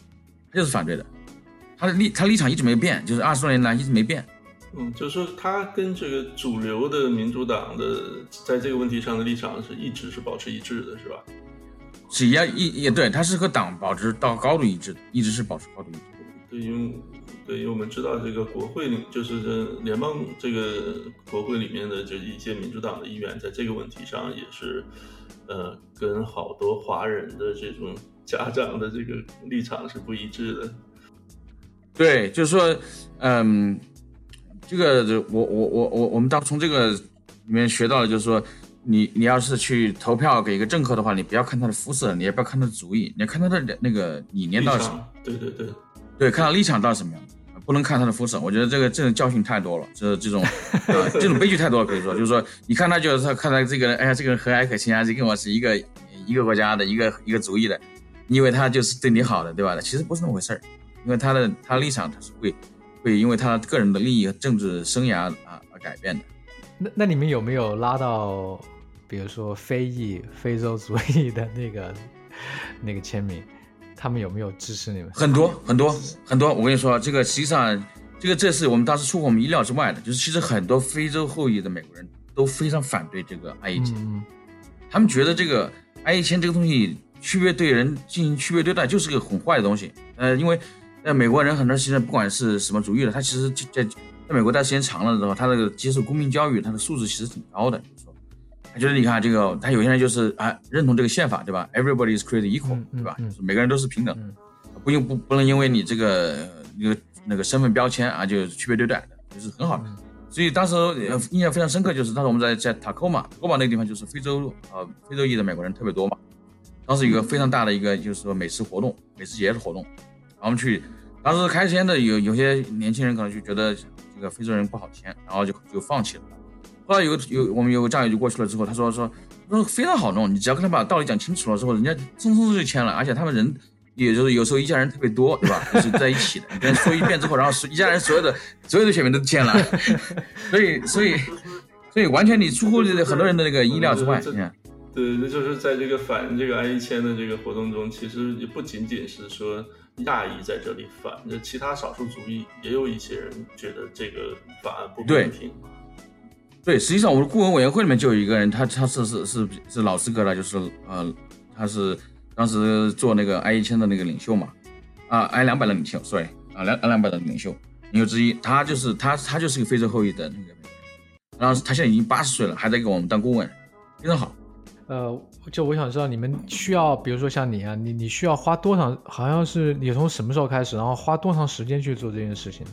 他立场一直没变，就是20多年来一直没变。 就是说他跟这个主流的民主党的在这个问题上的立场一直是保持一致的，是吧？ 是也对，他是和党保持到高度一致的，一直是保持高度一致的。 对，因为我们知道这个国会里，就是联邦这个国会里面的这一些民主党的议员，在这个问题上也是，跟好多华人的这种家长的这个立场是不一致的。 对，就是说，这个我们当从这个里面学到的就是说，你要是去投票给一个政客的话，你不要看他的肤色，你也不要看他的主意，你要看他的那个理念到底什么。对，看他立场到底什么样，不能看他的肤色。我觉得这种教训太多了，这种悲剧太多了。比如说，就是说，你看他就是看他这个人，哎呀，这个人和蔼可亲啊，这跟我是一个国家的一个族裔的，你以为他就是对你好的，对吧？其实不是那么回事儿，因为他的立场他是会因为他个人的利益和政治生涯而改变的。 那你们有没有拉到，比如说非洲族裔的那个签名？他们有没有支持你们？ 很多。我跟你说，这个实际上，这是我们当时出乎我们意料之外的，就是其实很多非洲后裔的美国人都非常反对这个 IA1000，他们觉得这个 IA1000这个东西对人进行区别对待，就是个很坏的东西。因为美国人很多时间不管是什么族裔的，他其实在美国待时间长了之后，他这个接受公民教育，他的素质其实挺高的。就是你看这个，他有些人就是认同这个宪法，对吧 ？Everybody is created equal，对吧？就是每个人都是平等，不能因为你这个那个身份标签就区别对待的，就是很好的。所以当时印象非常深刻，就是当时我们在塔科马那个地方，就是非洲裔的美国人特别多嘛。当时有一个非常大的一个就是说美食节的活动，然后我们去，当时开签的有些年轻人可能就觉得这个非洲人不好签，然后就放弃了。后来我们有个战友就过去了之后，他说非常好弄，你只要跟他把道理讲清楚了之后，人家蹭就签了，而且他们人也就是有时候一家人特别多，对吧？就是在一起的，你跟人说一遍之后，然后一家人所有的选民都签了，所以完全你出乎很多人的那个意料之外。 对，那就是在这个反这个 IA1000的这个活动中，其实也不仅仅是说亚裔在这里反，其他少数族裔也有一些人觉得这个法案不公平。 对，实际上我们顾问委员会里面就有一个人，他是老资格了，就是他是当时做那个 IA1000的那个领袖嘛，I200的领袖 ，I200的领袖之一，他就是个非洲后裔的那个，然后他现在已经80岁了，还在给我们当顾问，非常好。 就我想知道你们需要，比如说像你啊，你需要花多长，好像是你从什么时候开始，然后花多长时间去做这件事情？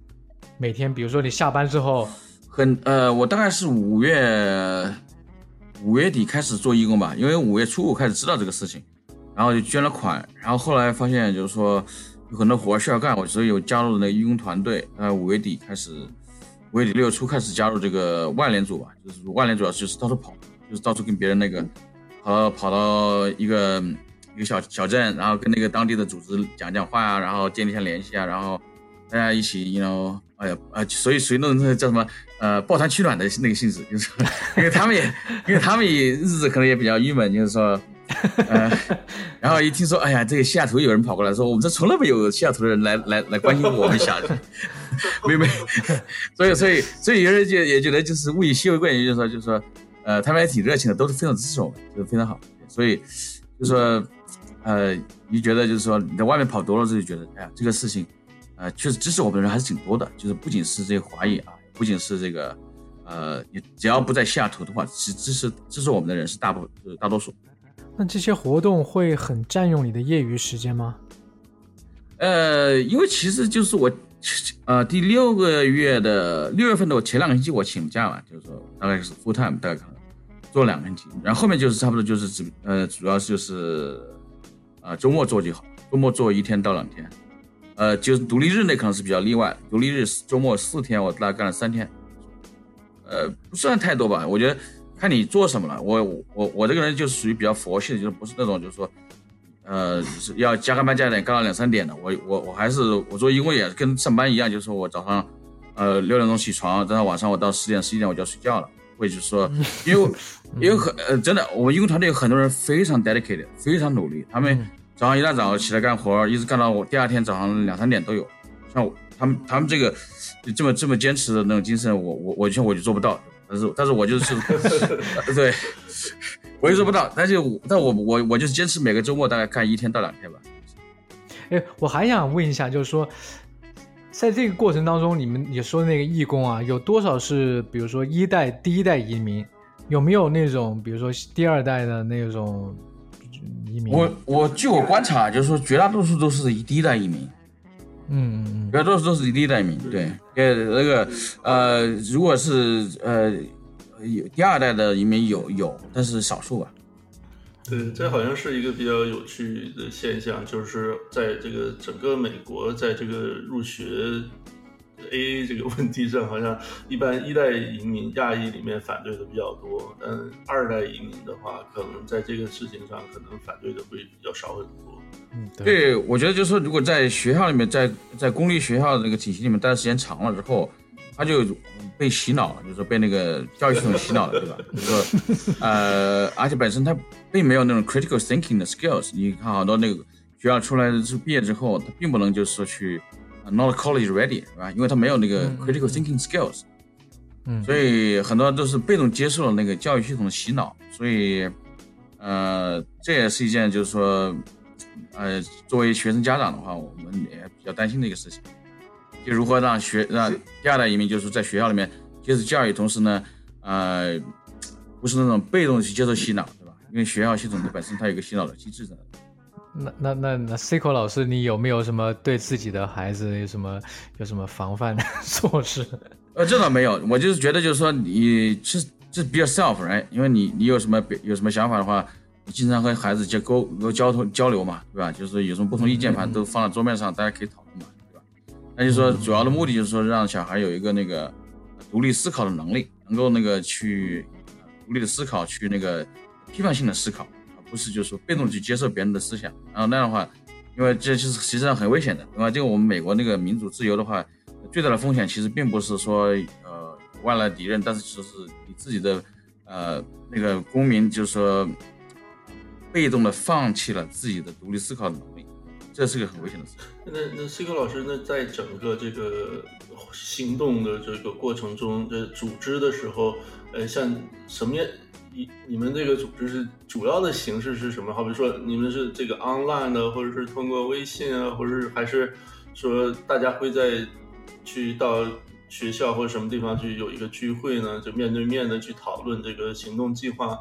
每天，比如说你下班之后。 我大概是5月 5月底开始做义工吧，因为5月初我开始知道这个事情，然后就捐了款，然后后来发现就是说有很多活需要干，所以我加入了那个义工团队。5月底开始，5月底6月初开始加入这个外联组吧，就是外联主要就是到处跑，就是到处跟别人那个跑到一个小镇，然后跟那个当地的组织讲话啊，然后建立一下联系啊，然后大家一起所以那种叫什么抱团取暖的那个性质，就是因为他们也日子可能也比较郁闷，就是说然后一听说哎呀这个西雅图有人跑过来说我们这从来没有西雅图的人来关心我们西雅图没所以有人也觉得就是物以稀为贵，就是说他们也挺热情的，都是非常支持我们，就非常好。所以就是说你觉得就是说你在外面跑多了就觉得哎呀这个事情确实支持我们的人还是挺多的，就是不仅是这个华裔啊，不仅是这个你只要不在西雅图的话，支持我们的人是大多数。 那这些活动会很占用你的业余时间吗？ 因为其实就是我第6个月的6月份的我前2个星期我请假嘛，就是说大概是 full time， 大概可能做2个星期，然后后面就是差不多就是主要就是周末做就好，周末做1天到2天。就是独立日那可能是比较例外，独立日周末4天，我大概干了3天，不算太多吧。我觉得看你做什么了。我这个人就是属于比较佛系的，就是不是那种就是说，就是要加个班加点干到2、3点的。我还是我做义工也跟上班一样，就是说我早上6点钟起床，然后晚上我到10点11点我就要睡觉了。或者就是说，因为真的，我们义工团队有很多人非常 dedicated， 非常努力，他们早上一大早起来干活，一直干到我第2天早上2、3点都有。像他们这个这么坚持的那种精神，我就做不到。但是我就是对，我也做不到。但我就是坚持每个周末大概干1天到2天吧。 我还想问一下，就是说，在这个过程当中，你们也说的那个义工啊，有多少是比如说第一代移民，有没有那种比如说第2代的那种移民？ 据我观察，就是说绝大多数都是第1代移民。绝大多数都是第1代移民。对，那个如果是有第2代的移民有，但是少数吧。 对，这好像是一个比较有趣的现象，就是在这个整个美国，在这个入学 AA 这个问题上，好像一般1代移民亚裔里面反对的比较多，但2代移民的话，可能在这个事情上可能反对的会比较少很多。 对，我觉得就是说，如果在学校里面，在公立学校的那个体系里面待的时间长了之后，他就被洗脑了，就是说被那个教育系统洗脑了，对吧？就是说而且本身他并没有那种 critical thinking 的 skills。你看好多那个学校出来毕业之后，他并不能就是说去not college ready， 是吧？因为他没有那个 critical thinking skills。所以很多都是被动接受了那个教育系统的洗脑。所以这也是一件就是说作为学生家长的话，我们也比较担心的一个事情，就如何让第2代移民就是在学校里面接受教育，同时呢不是那种被动去接受洗脑，对吧？因为学校系统本身它有一个洗脑的机制在。 那 Cico 老师，你有没有什么对自己的孩子有什么防范的措施？ 这倒没有，我就是觉得就是说你是be yourself， right？ 因为你有什么想法的话，你经常和孩子交流嘛，对吧？就是有什么不同意见，反正都放在桌面上，大家可以讨论嘛，对吧？那就是说主要的目的就是说让小孩有一个那个独立思考的能力，能够那个去独立的思考，去那个批判性的思考，而不是就是说被动去接受别人的思想。然后那样的话，因为这就是实际上很危险的，对吧？就我们美国那个民主自由的话，最大的风险其实并不是说外来敌人，但是就是你自己的那个公民就是说被动的放弃了自己的独立思考的能力，这是个很危险的事情。 那 Cico 老师，那在整个这个行动的这个过程中，组织的时候，像什么样？你们这个组织是主要的形式是什么？好比说你们是这个 online 的，或者是通过微信啊，或者是还是说大家会去到学校或者什么地方去有一个聚会呢？就面对面的去讨论这个行动计划？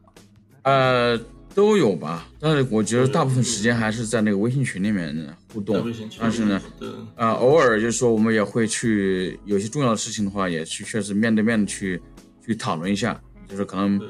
都有吧，但是我觉得大部分时间还是在那个微信群里面互动。但是呢，偶尔就是说我们也会去有些重要的事情的话，也去确实面对面的去讨论一下，就是可能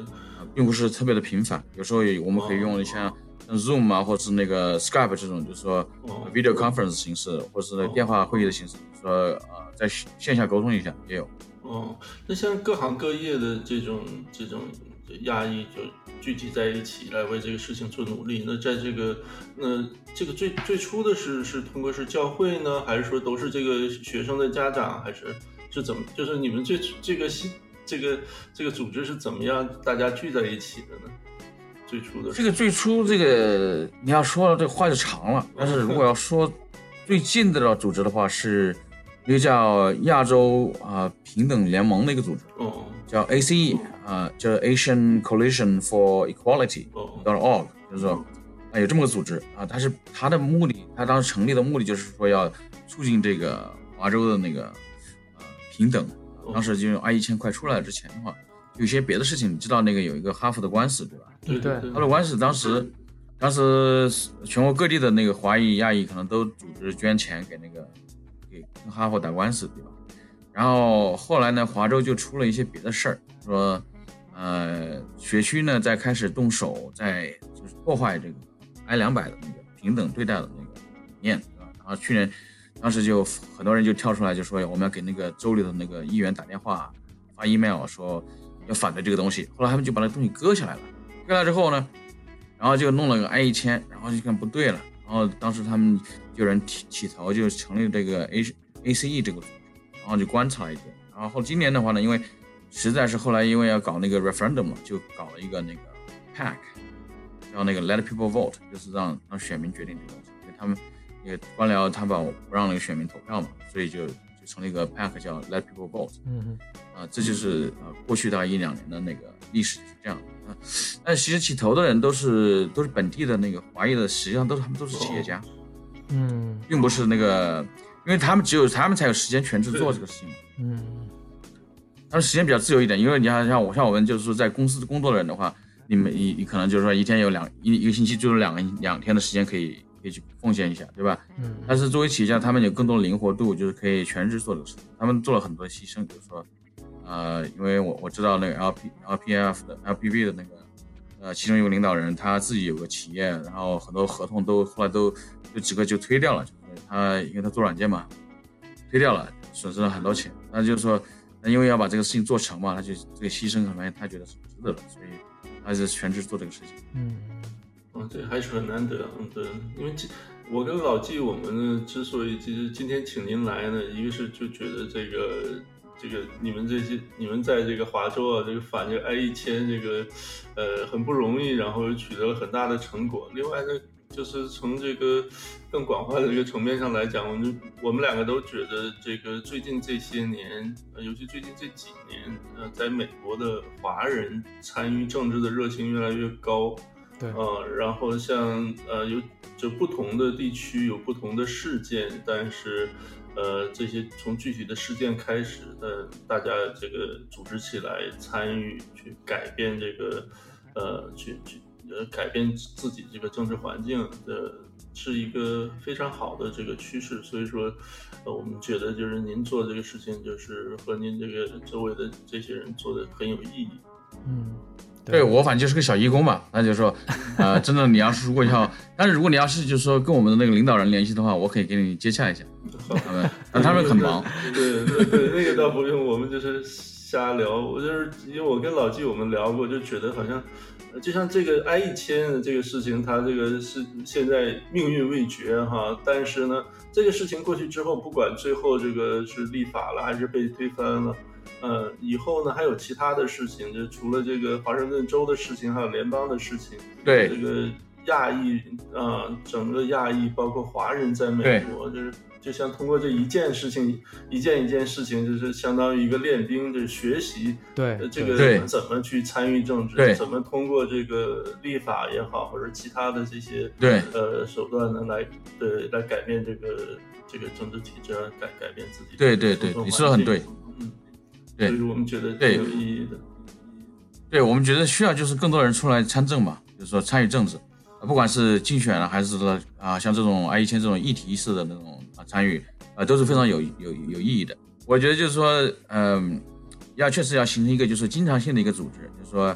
并不是特别的频繁，有时候我们可以用像 Zoom 啊，或者是那个 Skype 这种，就是说 video conference 形式，或者是电话会议的形式，说在线下沟通一下也有。 那像各行各业的这种亚裔就聚集在一起来为这个事情做努力。那在这个最初的是通过是教会呢，还是说都是这个学生的家长，还是怎么？就是你们这个组织是怎么样大家聚在一起的呢？最初这个你要说这话就长了，但是如果要说最近的组织的话，是一个叫亚洲平等联盟的一个组织，叫 ACE 叫 Asian Coalition for Equality.org， 就是说有这么个组织它的目的，它当时成立的目的就是说要促进这个华州的那个平等。当时就I-1000快出来之前的话，有些别的事情，你知道那个有一个哈佛的官司对吧？ 对， 哈佛官司当时全国各地的那个华裔亚裔可能都组织捐钱给跟哈佛打官司对吧？然后后来呢，华州就出了一些别的事儿，说学区呢在开始动手，在就是破坏这个I-200的那个平等对待的那个理念，对吧？然后去年当时就很多人就跳出来就说我们要给那个州里的那个议员打电话发 email 说要反对这个东西，后来他们就把那东西割下来了，割下来之后呢，然后就弄了个I-1000，然后就看不对了，然后当时他们就有人起头就成立这个 ACE 这个组织，然后就观察了一顿，然后今年的话呢，因为实在是后来因为要搞那个 referendum 嘛，就搞了一个那个 PAC， 叫那个 Let People Vote， 就是让选民决定这个东西，因为他们那个官僚他不让那个选民投票嘛，所以就成立一个 PAC 叫 Let People Vote。这就是过去大概1-2年的那个历史是这样的。但其实起头的人都是本地的那个华裔的，实际上他们都是企业家，并不是那个，因为他们只有他们才有时间全职做这个事情。他们时间比较自由一点，因为你像我们就是说在公司工作的人的话，你可能就是说一天有一个星期就是两天的时间可以去奉献一下，对吧？但是作为企业家，他们有更多的灵活度，就是可以全职做这个事情。他们做了很多牺牲，比如说因为我知道那个 LPF 的 LPB 的那个其中一个领导人，他自己有个企业，然后很多合同后来都有几个就推掉了，就是因为他做软件嘛，推掉了，损失了很多钱。那就是说，因为要把这个事情做成嘛，他就这个牺牲可能他觉得是值得的，所以他是全职做这个事情。 这还是很难得。对，因为我跟老纪我们呢，之所以今天请您来呢，一个是就觉得这个你们在这个华州啊，这个反这个I-1000这个很不容易，然后取得了很大的成果。另外呢，就是从这个更广泛的这个层面上来讲，我们两个都觉得这个最近这些年，尤其最近这几年，在美国的华人参与政治的热情越来越高。 对， 然后像就不同的地区有不同的事件，但是这些从具体的事件开始的，大家这个组织起来参与去改变这个改变自己这个政治环境的，是一个非常好的这个趋势。所以说我们觉得就是您做这个事情，就是和您这个周围的这些人做的很有意义。 对，我反正就是个小义工嘛，那就是说，真的你要是但是如果你要是就是说跟我们的那个领导人联系的话，我可以给你接洽一下，他们很忙。 对，那个倒不用，我们就是瞎聊。我就是因为我跟老纪我们聊过，就觉得好像就像这个I-1000的这个事情，它这个是现在命运未决哈，但是呢，这个事情过去之后，不管最后这个是立法了还是被推翻了。以后呢还有其他的事情，就除了这个华盛顿州的事情，还有联邦的事情。对，这个亚裔整个亚裔包括华人在美国，就像通过这一件事情，一件事情，就是相当于一个练兵，就是学习这个怎么去参与政治，怎么通过这个立法也好，或者其他的这些手段呢来改变这个政治体制，改变自己。 对，你说的很对。 所以我们觉得挺有意义的。 对，我们觉得需要就是更多人出来参政嘛，就是说参与政治，不管是竞选了还是像这种I-1000这种议题式的那种参与，都是非常有意义的。我觉得就是说，确实要形成一个就是经常性的一个组织，就是说，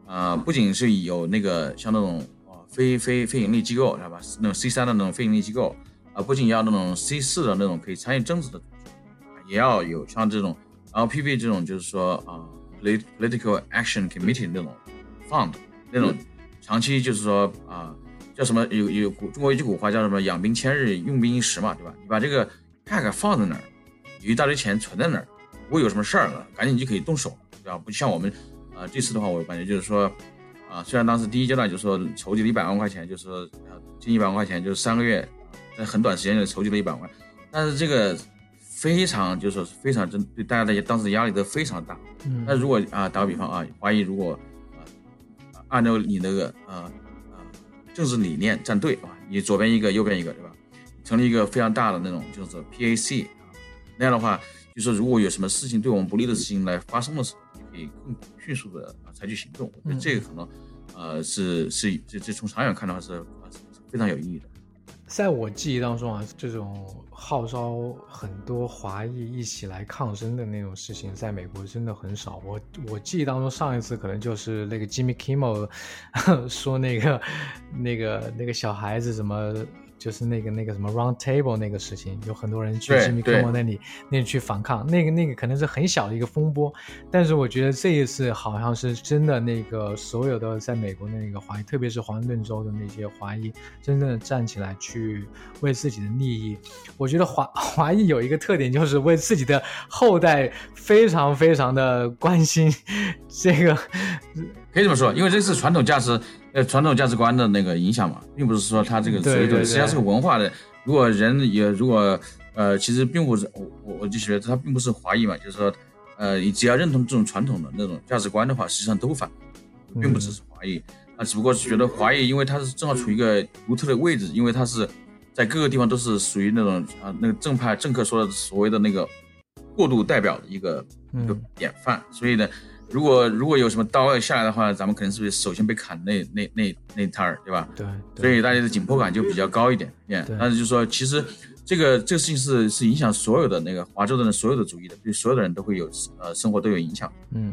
不仅是有那个像那种非盈利机构，知道吧？那种 C3 的那种非盈利机构不仅要那种 C4 的那种可以参与政治的组织，也要有像这种 LPP 这种，就是说Political Action Committee 那种 fund 那种长期就是说叫什么有中国有句古话叫什么养兵千日用兵一时嘛，对吧？你把这个 pack 放在那儿，有一大堆钱存在那儿，如果有什么事儿了，赶紧就可以动手，对吧？不像我们这次的话，我感觉就是说虽然当时第一阶段就是说筹集了100万块钱，就是说近100万块钱，就是3个月，在很短时间内筹集了100万，但是这个非常就是说非常对大家的当时的压力都非常大。那如果打个比方华裔如果按照你那个政治理念站队你左边一个右边一个，对吧？成立一个非常大的那种就是 PAC 那样的话，就是说如果有什么事情对我们不利的事情来发生的时候，就可以更迅速的采取行动。我觉得这个可能是从长远看的话是非常有意义的。 在我记忆当中这种号召很多华裔一起来抗争的那种事情，在美国真的很少。我记忆当中上一次可能就是那个 Jimmy Kimmel 说那个小孩子什么。就是那个什么 Round Table 那个事情，有很多人去 Jimmy Kimmel 那里去反抗，那个可能是很小的一个风波，但是我觉得这一次好像是真的，那个所有的在美国的那个华裔，特别是华盛顿州的那些华裔，真正的站起来去为自己的利益。我觉得华裔有一个特点，就是为自己的后代非常非常的关心，这个可以这么说，因为这是传统价值观的那个影响嘛，并不是说它这个所谓的实际上是个文化的。如果其实并不是我就觉得它并不是华裔嘛，就是说你只要认同这种传统的那种价值观的话，实际上都反，并不只是华裔。只不过是觉得华裔，因为它是正好处于一个独特的位置，因为它是在各个地方都是属于那种那个政客说的所谓的那个过渡代表的一个典范，所以呢。如果有什么刀要下来的话，咱们可能是不是首先被砍那摊儿，对吧？ 对， 所以大家的紧迫感就比较高一点。但是就是说，其实这个事情是影响所有的那个华州的人所有的主义的，对所有的人都会有生活都有影响。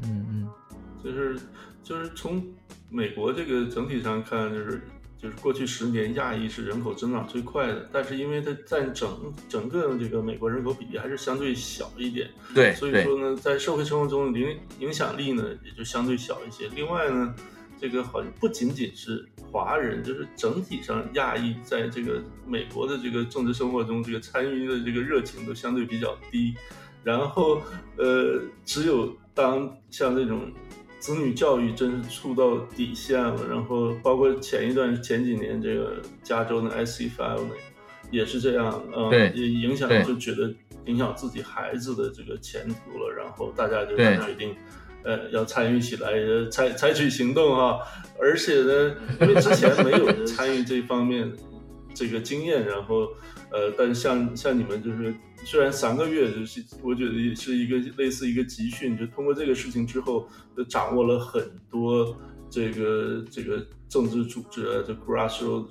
就是从美国这个整体上看，就是过去10年亚裔是人口增长最快的，但是因为它占整个这个美国人口比例还是相对小一点， 对， 所以说呢，在社会生活中的影响力呢也就相对小一些。另外呢，这个好像不仅仅是华人，就是整体上亚裔在这个美国的这个政治生活中，这个参与的这个热情都相对比较低。然后只有当像这种子女教育真是触到底线了，然后包括前几年这个加州的 SC5 呢，也是这样，也影响就觉得影响自己孩子的这个前途了，然后大家就决定，要参与起来，采取行动而且呢，因为之前没有参与这方面这个经验，然后但是像你们就是虽然3个月，就是我觉得也是一个类似一个集训，就通过这个事情之后，就掌握了很多这个政治组织这 grassroots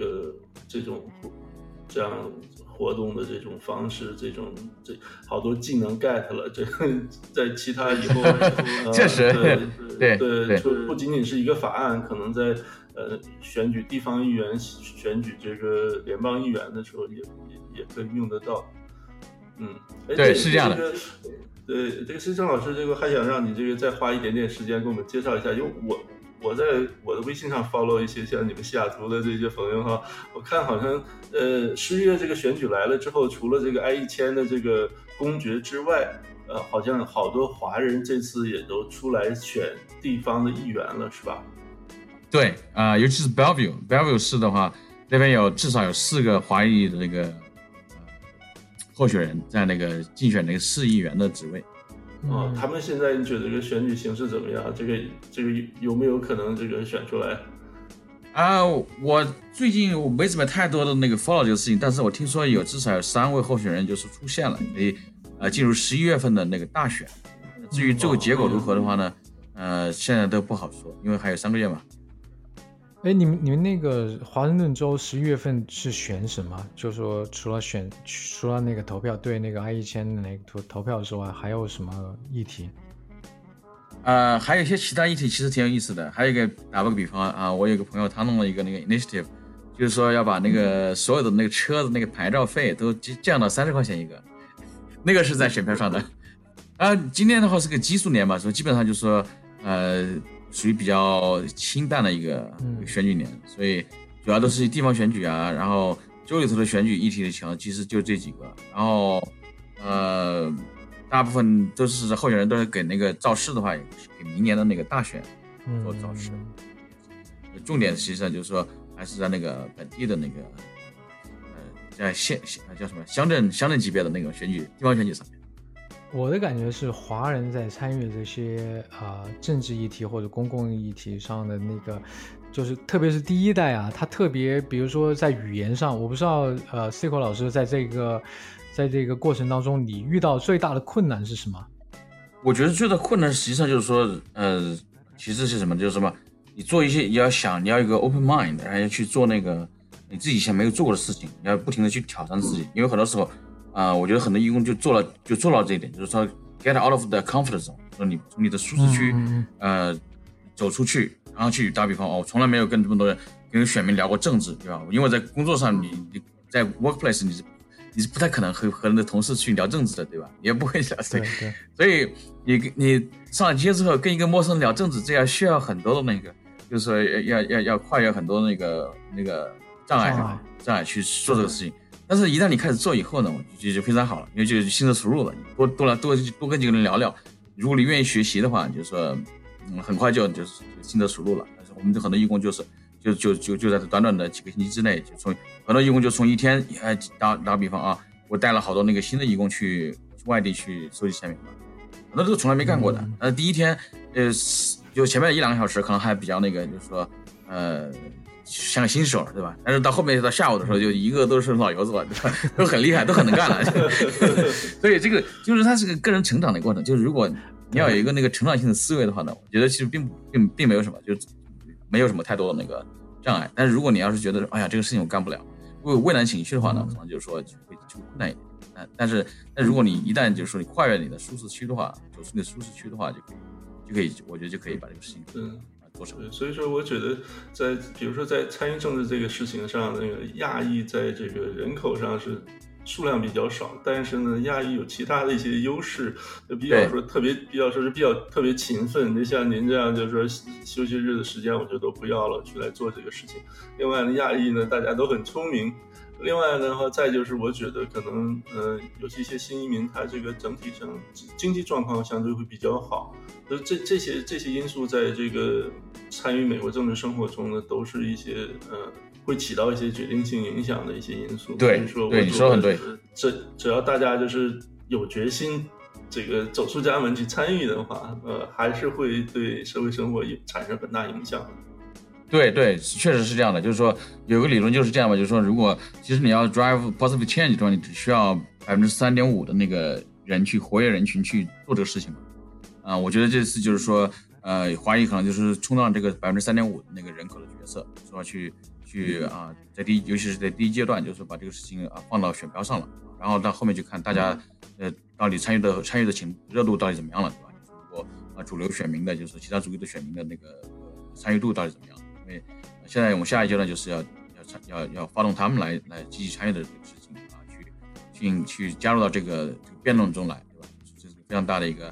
这样活动的这种方式，这好多技能 get 了，这在其他以后确实对，就不仅仅是一个法案，可能在选举地方议员、选举这个联邦议员的时候也可以用得到。 对，是这样的。 对，这个施正老师，这个还想让你这个再花一点点时间给我们介绍一下，因为我在我的微信上 follow 一些像你们西雅图的这些朋友我看好像11月这个选举来了之后，除了这个I-1000的这个公决之外，好像好多华人这次也都出来选地方的议员了，是吧？ 对尤其是 Bellevue 市的话，那边至少有4个华裔的那个候选人在那个竞选那个市议员的职位。 他们现在你觉得这个选举形势怎么样？这个有没有可能这个选出来？ 我最近我没怎么太多的那个 follow 这个事情，但是我听说至少有3位候选人就是出现了，可以进入11月份的那个大选。至于最后结果如何的话呢，现在都不好说，因为还有3个月嘛。 你们那个华盛顿州11月份是选什么？就是说除了那个投票对那个I-1000的那个投票之外，还有什么议题？ 还有一些其他议题其实挺有意思的。还有一个打个比方啊，我有个朋友他弄了一个那个 initiative， 就是说要把那个所有的那个车的那个牌照费都降到30块钱一个，那个是在选票上的。今年的话是个奇数年嘛，所以基本上就是说属于比较清淡的一个选举年，所以主要都是地方选举啊，然后州里头的选举议题的强，其实就这几个，然后大部分都是候选人都是给那个造势的话，也是给明年的那个大选做造势。重点实际上就是说还是在那个本地的那个在叫什么乡镇级别的那个选举地方选举上面。 我的感觉是，华人在参与这些政治议题或者公共议题上的那个，就是特别是第一代啊，他特别，比如说在语言上，我不知道Cico 老师在这个过程当中，你遇到最大的困难是什么？ 我觉得最大的困难实际上就是说，其实是什么？就是什么？你做一些，你要有一个 open mind， 然后要去做那个你自己以前没有做过的事情，你要不停的去挑战自己，因为很多时候。我觉得很多义工就做到这一点，就是说 get out of the comfort zone， 说你从你的舒适区走出去，然后去打比方我从来没有跟这么多人跟选民聊过政治，对吧？因为在工作上你在 workplace 你是不太可能和你的同事去聊政治的，对吧？你也不会聊对，所以你上了街之后跟一个陌生人聊政治，这样需要很多的那个，就是说要跨越很多那个障碍去做这个事情。但是，一旦你开始做以后呢，就非常好了，因为就轻车熟路了。你多跟几个人聊聊，如果你愿意学习的话，就是说，很快就是轻车熟路了。但是我们很多义工就在短短的几个星期之内，就从很多义工就从一天，打比方啊，我带了好多那个新的义工去外地去收集签名嘛，很多都是从来没干过的。第一天，就前面1-2个小时可能还比较那个，就是说，像个新手，对吧？但是到后面到下午的时候，就一个都是老油子了，对吧？都很厉害，都很能干了。所以这个就是它是个个人成长的过程。就是如果你要有一个那个成长性的思维的话呢，我觉得其实并没有什么，就没有什么太多的那个障碍。但是如果你要是觉得哎呀这个事情我干不了，畏难情绪的话呢，可能就是说就会困难一点。但如果你一旦就是说你跨越你的舒适区的话，走出你的舒适区的话，就可以，我觉得就可以把这个事情对，所以说我觉得比如说在参与政治这个事情上，那个亚裔在这个人口上是数量比较少，但是呢，亚裔有其他的一些优势，就比较说特别勤奋。就像您这样，就是说休息日的时间我就都不要了，去来做这个事情。另外呢，亚裔呢大家都很聪明。另外的话，再就是我觉得可能尤其一些新移民，他这个整体上经济状况相对会比较好，这些因素在这个参与美国政治生活中呢，都是一些会起到一些决定性影响的一些因素。 对，对，你说很对。 只要大家就是有决心，这个走出家门去参与的话，还是会对社会生活产生很大影响的。 对，确实是这样的。就是说，有个理论就是这样吧，就是说，如果其实你要 drive positive change 的话，你只需要3.5%的那个人去活跃人群去做这个事情嘛。我觉得这次就是说，华裔可能就是冲到这个3.5%的那个人口的角色，说去尤其是在第一阶段，就是把这个事情放到选票上了，然后到后面就看大家到底参与的热度到底怎么样了，对吧？如果主流选民的，就是其他族裔的选民的那个参与度到底怎么样？因为现在我们下一阶段就是要发动他们来积极参与的这个事情去加入到这个辩论中来，对吧？这是非常大的一个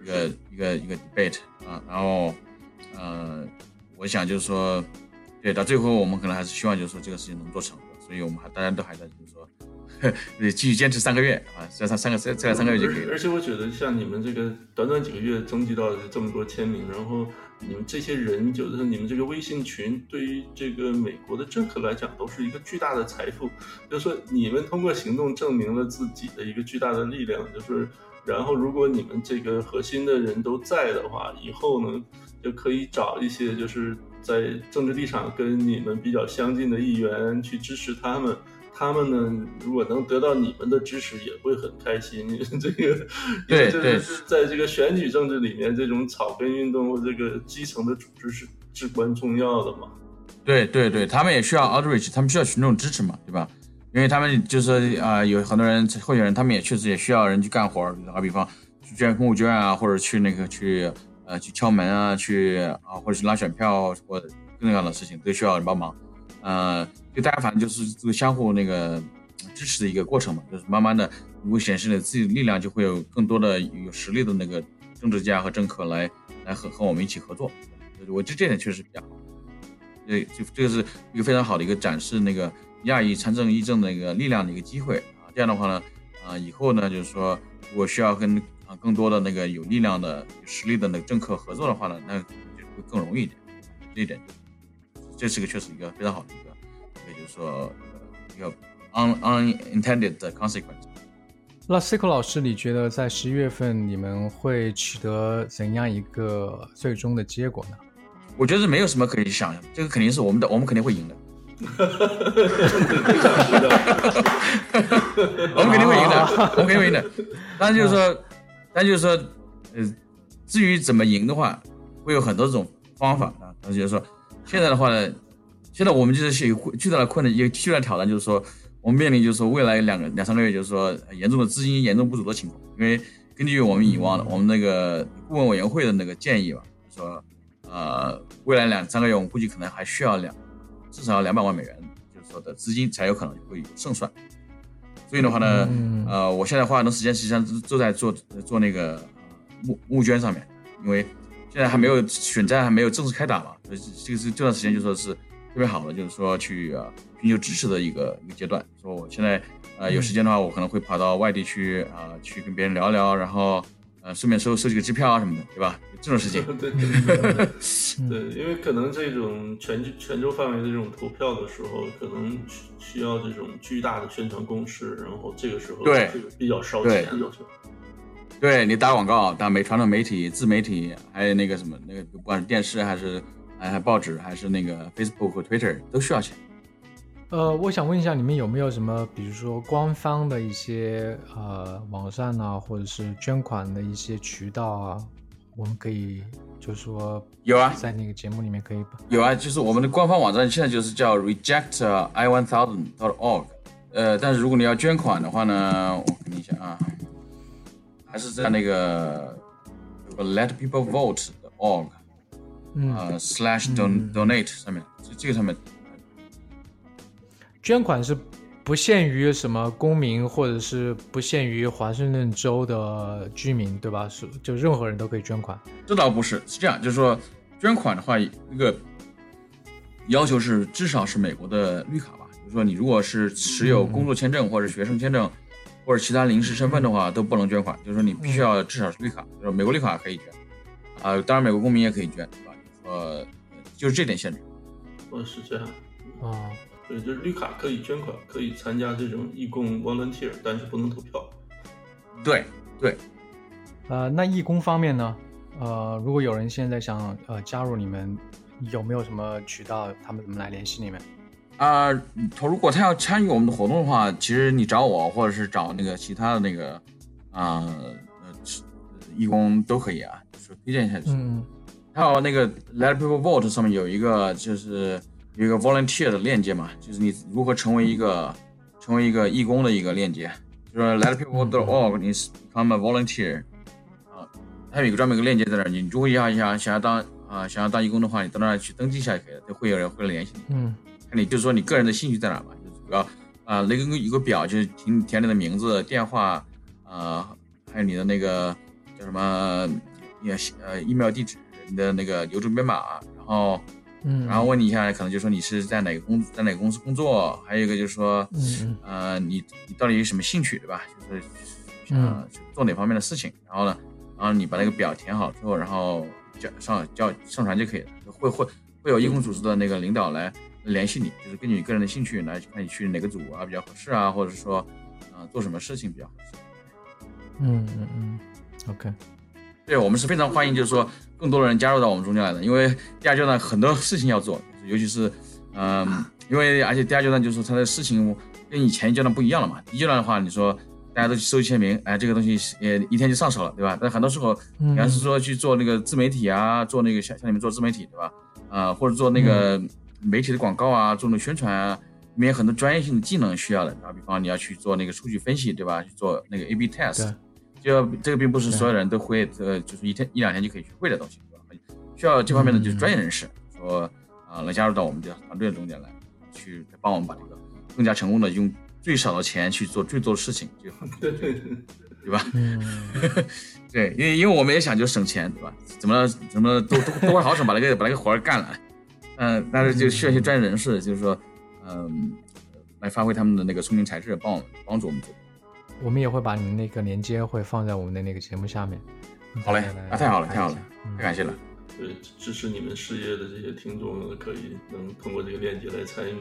debate 然后我想就是说，对，到最后我们可能还是希望就是说这个事情能做成的，所以我们大家都还在就是说继续坚持3个月再来3个月就可以了。 而且我觉得像你们这个短短几个月征集到这么多签名，然后你们这些人就是你们这个微信群，对于这个美国的政客来讲都是一个巨大的财富。就是说你们通过行动证明了自己的一个巨大的力量，就是然后如果你们这个核心的人都在的话，以后呢就可以找一些就是在政治立场跟你们比较相近的议员去支持他们。他们呢，如果能得到你们的支持，也会很开心。这个， 对， 就是在这个选举政治里面，这种草根运动或这个基层的组织是至关重要的嘛。 对，他们也需要 outreach， 他们需要群众支持嘛，对吧？因为他们就是有很多人候选人，他们也确实也需要人去干活，打比方去捐公务捐啊，或者去去敲门啊，或者是拉选票或者各种各样的事情都需要人帮忙。就大家反正就是这个相互那个支持的一个过程嘛，就是慢慢的如果显示了自己的力量，就会有更多的有实力的那个政治家和政客来和我们一起合作。我觉得这点确实比较好。这个是一个非常好的一个展示那个亚裔参政议政的一个力量的一个机会啊。这样的话呢，以后呢就是说，如果需要跟更多的那个有力量的、有实力的那个政客合作的话呢，那就会更容易一点。这一点，这是确实一个非常好的一个就是说一个 unintended consequence。 那 Cico 老师，你觉得在11月份你们会取得怎样一个最终的结果呢？ 我觉得没有什么可以想象，这个肯定是我们肯定会赢的。我们肯定会赢的，我们肯定会赢的。但就是说，至于怎么赢的话，会有很多种方法啊。就是说，现在的话呢，现在我们就是有巨大的困难，也巨大的挑战，就是说，我们面临就是说未来两三个月，就是说严重的资金严重不足的情况。因为根据我们以往的我们那个顾问委员会的那个建议吧，就是说。未来2-3个月，我们估计可能还需要至少200万美元，就是说的资金才有可能会有胜算。所以的话呢，我现在花很多时间，实际上都在做那个募捐上面，因为现在还没有选战，还没有正式开打嘛，所以这段时间就说是特别好的，就是说去寻求支持的一个阶段。说我现在有时间的话，我可能会跑到外地去去跟别人聊聊，然后顺便收几个支票啊什么的，对吧？这种事情。 对，因为可能这种全州范围的这种投票的时候，可能需要这种巨大的宣传攻势，然后这个时候对比较烧钱。 对，你打广告，打传统媒体、自媒体，还有那个什么那个，不管是电视还是报纸，还是那个 Facebook 和 Twitter 都需要钱。 我想问一下，你们有没有什么，比如说官方的一些网站啊，或者是捐款的一些渠道啊，我们可以就是说有啊， 在那个节目里面可以有啊，就是我们的官方网站现在就是叫 rejecti1000.org， 但是如果你要捐款的话呢，我给你一下啊，还是在那个有个 letpeoplevote.org /donate 上面，这个上面。 捐款是不限于什么公民，或者是不限于华盛顿州的居民，对吧？就任何人都可以捐款。 这倒不是，是这样，就是说捐款的话，那个要求是至少是美国的绿卡吧。比如说你如果是持有工作签证或者学生签证或者其他临时身份的话，都不能捐款。就是说你必须要至少是绿卡，就是美国绿卡可以捐当然美国公民也可以捐，对吧？就是这点限制。 是这样对，就是绿卡可以捐款，可以参加这种义工 volunteer， 但是不能投票。 对。 那义工方面呢？如果有人现在想加入你们，有没有什么渠道？他们怎么来联系你们？ 如果他要参与我们的活动的话，其实你找我，或者是找那个其他的那个义工都可以啊，就是推荐一下。还有那个 Let People Vote 上面有一个volunteer 的链接嘛，就是你如何成为一个义工的一个链接，就是 letpeople.org 你 become a volunteer 它有一个专门一个链接在那儿，你如果想要当义工的话，你到那儿去登记一下就可以了，就会有人会联系你。看你就是说你个人的兴趣在哪嘛，就是主要那个有个表，就是填你的名字、电话还有你的那个叫什么email 地址、你的那个邮政编码，然后问你一下，可能就说你是在哪个公司工作，还有一个就是说，你到底有什么兴趣，对吧？就是做哪方面的事情，然后你把那个表填好之后，然后上传就可以了。会有义工组织的那个领导来联系你，就是根据你个人的兴趣来看你去哪个组比较合适啊，或者是说做什么事情比较合适。 OK。 对，我们是非常欢迎，就是说更多的人加入到我们中间来的，因为第二阶段很多事情要做，尤其是而且第二阶段就是说它的事情跟以前一阶段不一样了嘛。第一阶段的话，你说大家都去收集签名，这个东西一天就上手了，对吧？但很多时候你要是说去做那个自媒体啊，做那个像你们做自媒体，对吧？或者做那个媒体的广告啊，做那个宣传啊，里面有很多专业性的技能需要的。比方你要去做那个数据分析，对吧？去做那个 A/B test。 就这个并不是所有人都会，就是一两天就可以学会的东西，对吧？需要这方面的就是专业人士，说能加入到我们的团队中间来，去帮我们把这个更加成功的用最少的钱去做最多的事情，就很对吧？对，因为我们也想就省钱，对吧？怎么多花好省把那个活儿干了，但是就需要一些专业人士，就是说，来发挥他们的那个聪明才智，帮助我们做。 我们也会把你们那个链接会放在我们的那个节目下面。 好嘞，太好了，太感谢了。 对，支持你们事业的这些听众能通过这个链接来参与。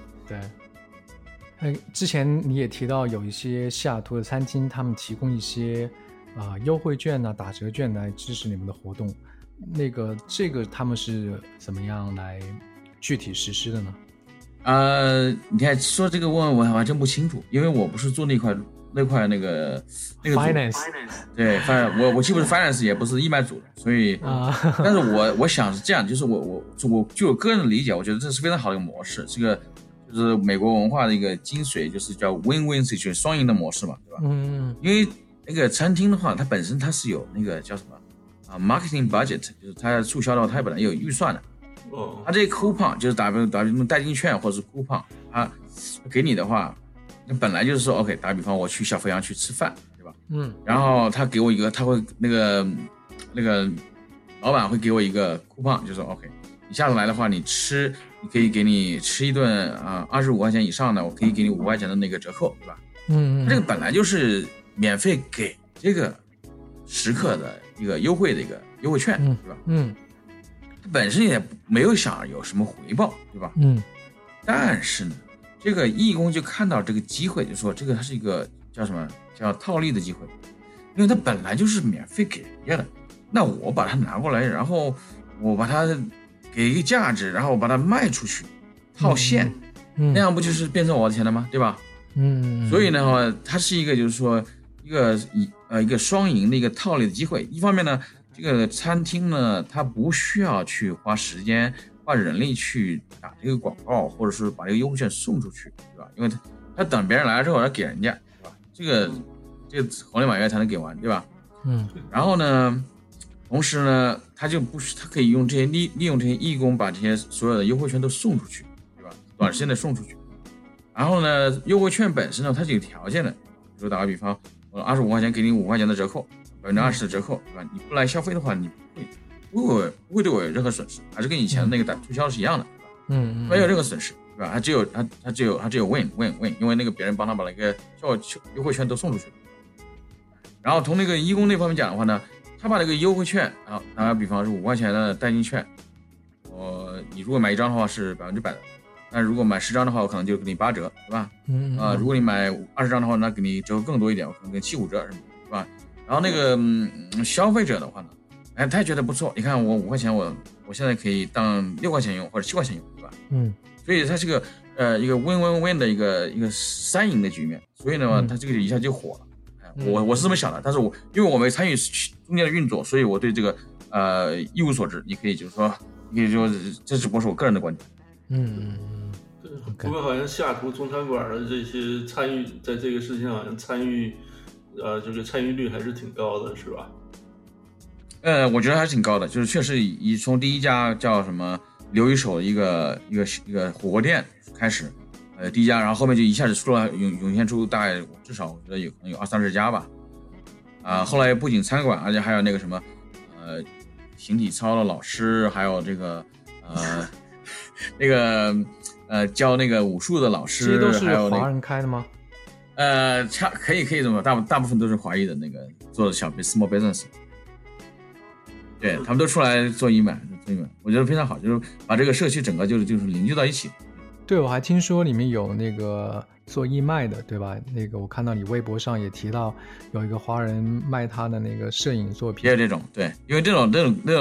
对，之前你也提到有一些西雅图的餐厅，他们提供一些优惠券啊、打折券来支持你们的活动。这个他们是怎么样来具体实施的呢？ 你看说这个问我还真不清楚，因为我不是做那块那个 finance， 对，我既不是 finance 也不是义卖组的，所以但是我想是这样，就是我就我个人的理解，我觉得这是非常好的一个模式，这个就是美国文化的一个精髓，就是叫 win-win situation 双赢的模式嘛，对吧？因为那个餐厅的话，它本身它是有那个叫什么marketing budget， 就是它促销的话，它本来有预算的。它这个 coupon 就是打比方代金券或者是 coupon， 它给你的话，那本来就是说 OK， 打比方我去小肥羊去吃饭，对吧？然后他给我一个，他会那个老板会给我一个 coupon， 就是说 OK， 你下次来的话，你可以给你吃一顿25块钱以上的，我可以给你5块钱的那个折扣，对吧？这个本来就是免费给这个食客的一个优惠的一个优惠券，对吧？他本身也没有想有什么回报，对吧？但是呢，这个义工就看到这个机会，就说这个它是一个叫什么叫套利的机会，因为它本来就是免费给人家的，那我把它拿过来，然后我把它给一个价值，然后我把它卖出去，套现，那样不就是变成我的钱了吗？对吧？所以呢，它是一个就是说一个双赢的一个套利的机会。一方面呢，这个餐厅呢，它不需要去花时间、花人力去打这个广告，或者是把这个优惠券送出去，对吧？因为他等别人来了之后要给人家，对吧？这个红利满月才能给完，对吧？然后呢，同时呢，他可以用这些利用这些义工把这些所有的优惠券都送出去，对吧？短时间内送出去。然后呢，优惠券本身呢，它是有条件的，比如打个比方，我25块钱给你5块钱的折扣，20%的折扣，对吧？你不来消费的话，你不会对我有任何损失，还是跟以前的那个促销是一样的，对吧？没有任何损失，对吧？它只有 win， 因为那个别人帮他把那个优惠券都送出去了。然后从那个义工那方面讲的话呢，他把这个优惠券打个比方是5块钱的代金券，你如果买1张的话是100%的。那如果买10张的话，我可能就给你8折，对吧？如果你买20张的话，那给你折更多一点，我可能给7、5折，是吧？然后那个消费者的话呢，他也觉得不错。你看我5块钱，我现在可以当6块钱用或者7块钱用，对吧？所以它是个一个 win-win-win 的一个3赢的局面。所以呢，它这个一下就火了。我是这么想的，但是因为我没参与中间的运作，所以我对这个一无所知。你可以说这只不过是我个人的观点。 不过好像西雅图中餐馆的这些参与，在这个事情上好像参与率还是挺高的，是吧？ 我觉得还是挺高的，就是确实从第一家叫什么刘一手的一个火锅店开始，第一家，然后后面就一下子涌现出大概至少我觉得可能有20-30家吧，后来不仅餐馆，而且还有那个什么形体操的老师，还有这个那个教那个武术的老师， 这些都是华人开的吗？ 可以这么，大部分都是华裔的那个做的small business， 对，他们都出来做义卖，我觉得非常好，就是把这个社区整个就是凝聚到一起。 对，我还听说里面有那个做义卖的，对吧？那个我看到你微博上也提到有一个华人卖他的那个摄影作品， 也有这种，对，因为这种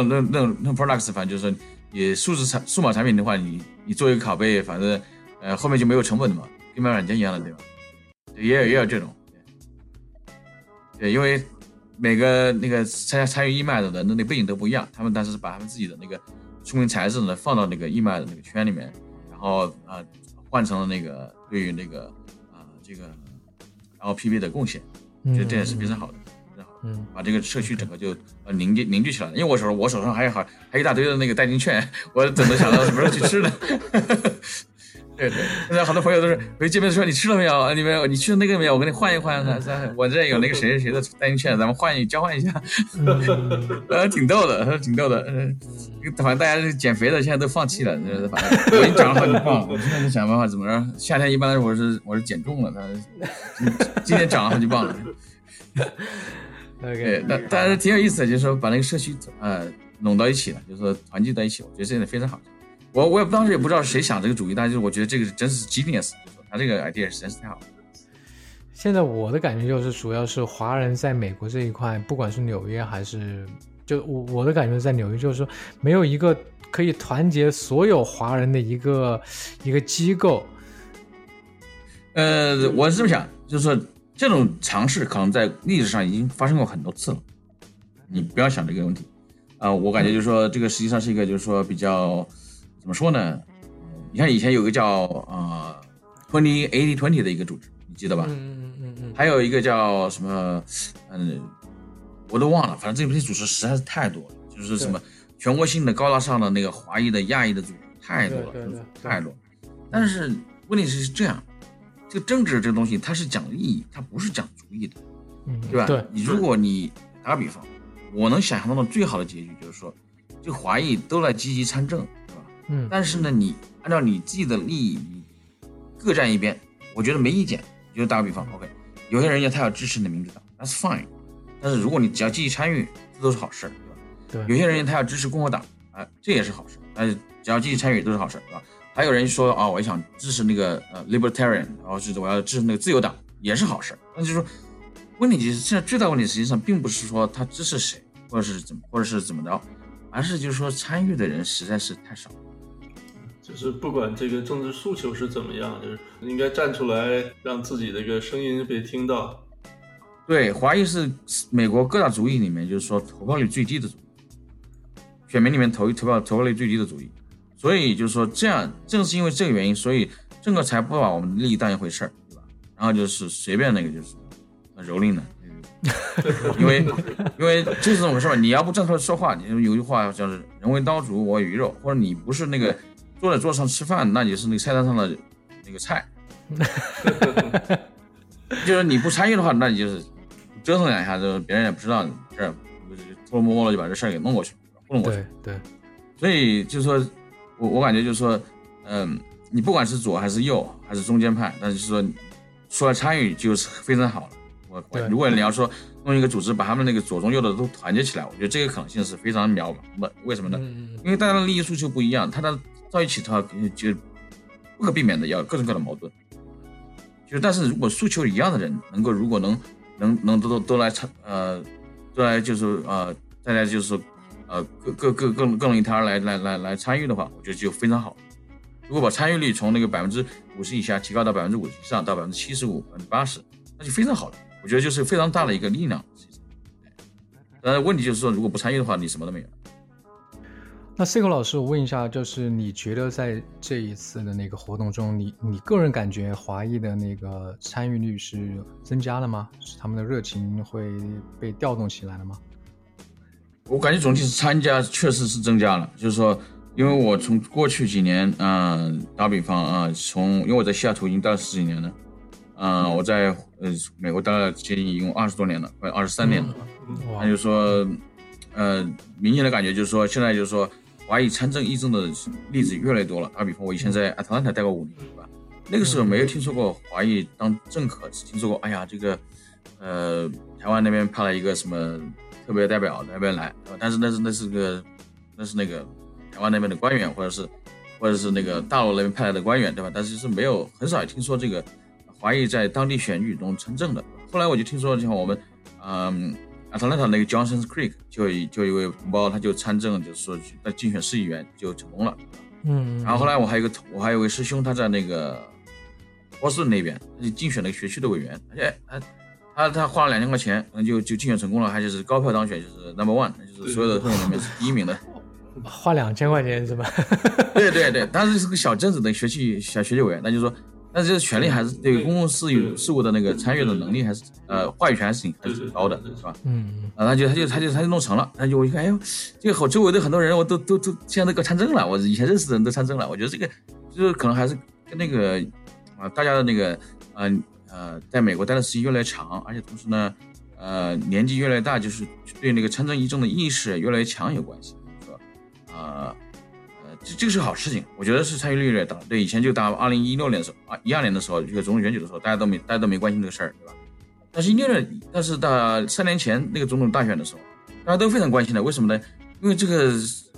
products， 反正就是你数码产品的话，你做一个拷贝，反正后面就没有成本的嘛，跟买软件一样的，对吧？也有这种，对，因为每个那个参与义卖的人的那个背景都不一样，他们但是把他们自己的那个聪明才智呢放到那个义卖的那个圈里面，然后换成了那个对于那个这个 LPB 的贡献，觉得这也是非常好的，非常好的。 把这个社区整个就凝聚起来了。因为我手上还有一大堆的那个代金券，我怎么想到什么时候去吃呢？对，现在好多朋友都是回见面说你吃了没有？你去了那个没有？我给你换一换。我这有那个谁的代金券，咱们交换一下。挺逗的。反正大家减肥的现在都放弃了，反正我已经长了好几磅了。我现在在想办法怎么着。夏天一般来说我是减重了，今年长了好几磅了。 OK， 但是挺有意思的，就是说把那个社区弄到一起了，就是说团结在一起，我觉得这点非常好。我当时也不知道谁想这个主意，但是我觉得这个真是 genius， 就是说他这个 idea 实在是太好了。 现在我的感觉就是，主要是华人在美国这一块，不管是纽约还是就我的感觉在纽约，就是说没有一个可以团结所有华人的一个机构。 我是这么想，就是说这种尝试可能在历史上已经发生过很多次了，你不要想这个问题。我感觉就是说这个实际上是一个就是说比较怎么说呢？你看以前有个叫20-80-20的一个组织，你记得吧？还有一个叫什么我都忘了，反正这些组织实在是太多了，就是什么全国性的高大上的那个华裔的亚裔的组织太多了，太多了。但是问题是这样，这个政治这个东西它是讲利益，它不是讲主义的，对吧？ 对， 如果你打个比方，我能想象到最好的结局就是说，这个华裔都来积极参政，对吧？但是呢，你按照你自己的利益，你各站一边，我觉得没意见。就打个比方 ，OK， 有些人他要支持你的民主党 ，That's fine。但是如果你只要积极参与，这都是好事，对吧？对。有些人他要支持共和党，这也是好事。但是只要积极参与都是好事，对吧？还有人说我想支持那个libertarian， 然后是我要支持那个自由党，也是好事。那就是说，问题就是现在最大问题实际上并不是说他支持谁，或者是怎么着，而是就是说参与的人实在是太少。 就是不管这个政治诉求是怎么样，就是应该站出来让自己的一个声音被听到。 对，华裔是美国各大族裔里面就是说投票率最低的族裔，选民里面投票率最低的族裔，所以就是说这样，正是因为这个原因，所以政客才不把我们的利益当一回事儿，对吧？然后就是随便那个就是蹂躏的，因为就是这么回事吧。你要不正确说话，你有句话叫是人为刀俎我以鱼肉，或者你不是那个坐在桌上吃饭，那你是那个菜单上的那个菜。就是你不参与的话，那你就是折腾两下，就别人也不知道这儿偷偷摸摸的就把这事儿给弄过去，糊弄过去。 对。 所以就是说，我感觉就是说，你不管是左还是右还是中间派，但是就是说来参与就是非常好了。如果你要说弄一个组织把他们那个左中右的都团结起来，我觉得这个可能性是非常渺茫的。为什么呢？因为大家的利益诉求不一样，他到一起的话就不可避免的要有各种各样的矛盾。就是但是如果诉求一样的人如果能都来都来就是大家就是各一摊来参与的话，我觉得就非常好。如果把参与率从那个50%以下提高到50%以上，到75%、80%，那就非常好了。我觉得就是非常大的一个力量。但是问题就是说，如果不参与的话，你什么都没有。 那 Cico 老师，我问一下，就是你觉得在这一次的那个活动中，你个人感觉华裔的那个参与率是增加了吗？是他们的热情会被调动起来了吗？ 我感觉总体是参加确实是增加了，就是说，因为我从过去几年，打比方因为我在西雅图已经待了10几年了，我在美国待了接近一共20多年了，快23年了，那就是说，明显的感觉就是说，现在就是说，华裔参政议政的例子越来越多了。打比方，我以前在 Atlanta 待过5年，对吧？那个时候没有听说过华裔当政客，只听说过，哎呀，这个台湾那边派了一个什么特别代表那边来，但是那是那个台湾那边的官员，或者是那个大陆那边派来的官员，对吧？但是是很少听说这个华裔在当地选举中参政的。后来我就听说，像我们Atlanta 那个 Johnson's Creek 就一位同胞，他就参政，就是说在竞选市议员就成功了。然后后来我还有一位师兄，他在那个波士顿那边，他就竞选那个学区的委员，他花了2000块钱，就竞选成功了，还就是高票当选，就是 No.1， 就是所有的候选人里面是第1名的。 花2000块钱是吧？ 对，当时是个小镇子的小学区委员，那就是说但是这个权利还是对公共事务的那个参与的能力还是话语权还是挺高的，是吧？他就弄成了，他就我一看，哎呦，这个周围的很多人我都现在都给参政了，我以前认识的人都参政了，我觉得这个就是可能还是跟那个大家的那个在美国待的时间越来越长，而且同时呢年纪越来越大，就是对那个参政议政的意识越来越强有关系，说这个是个好事情，我觉得是参与率越来越大。对，以前就到2016年的时候，12年的时候，这个总统选举的时候，大家都没关心这个事儿，对吧？但是但是到3年前那个总统大选的时候，大家都非常关心的，为什么呢？因为这个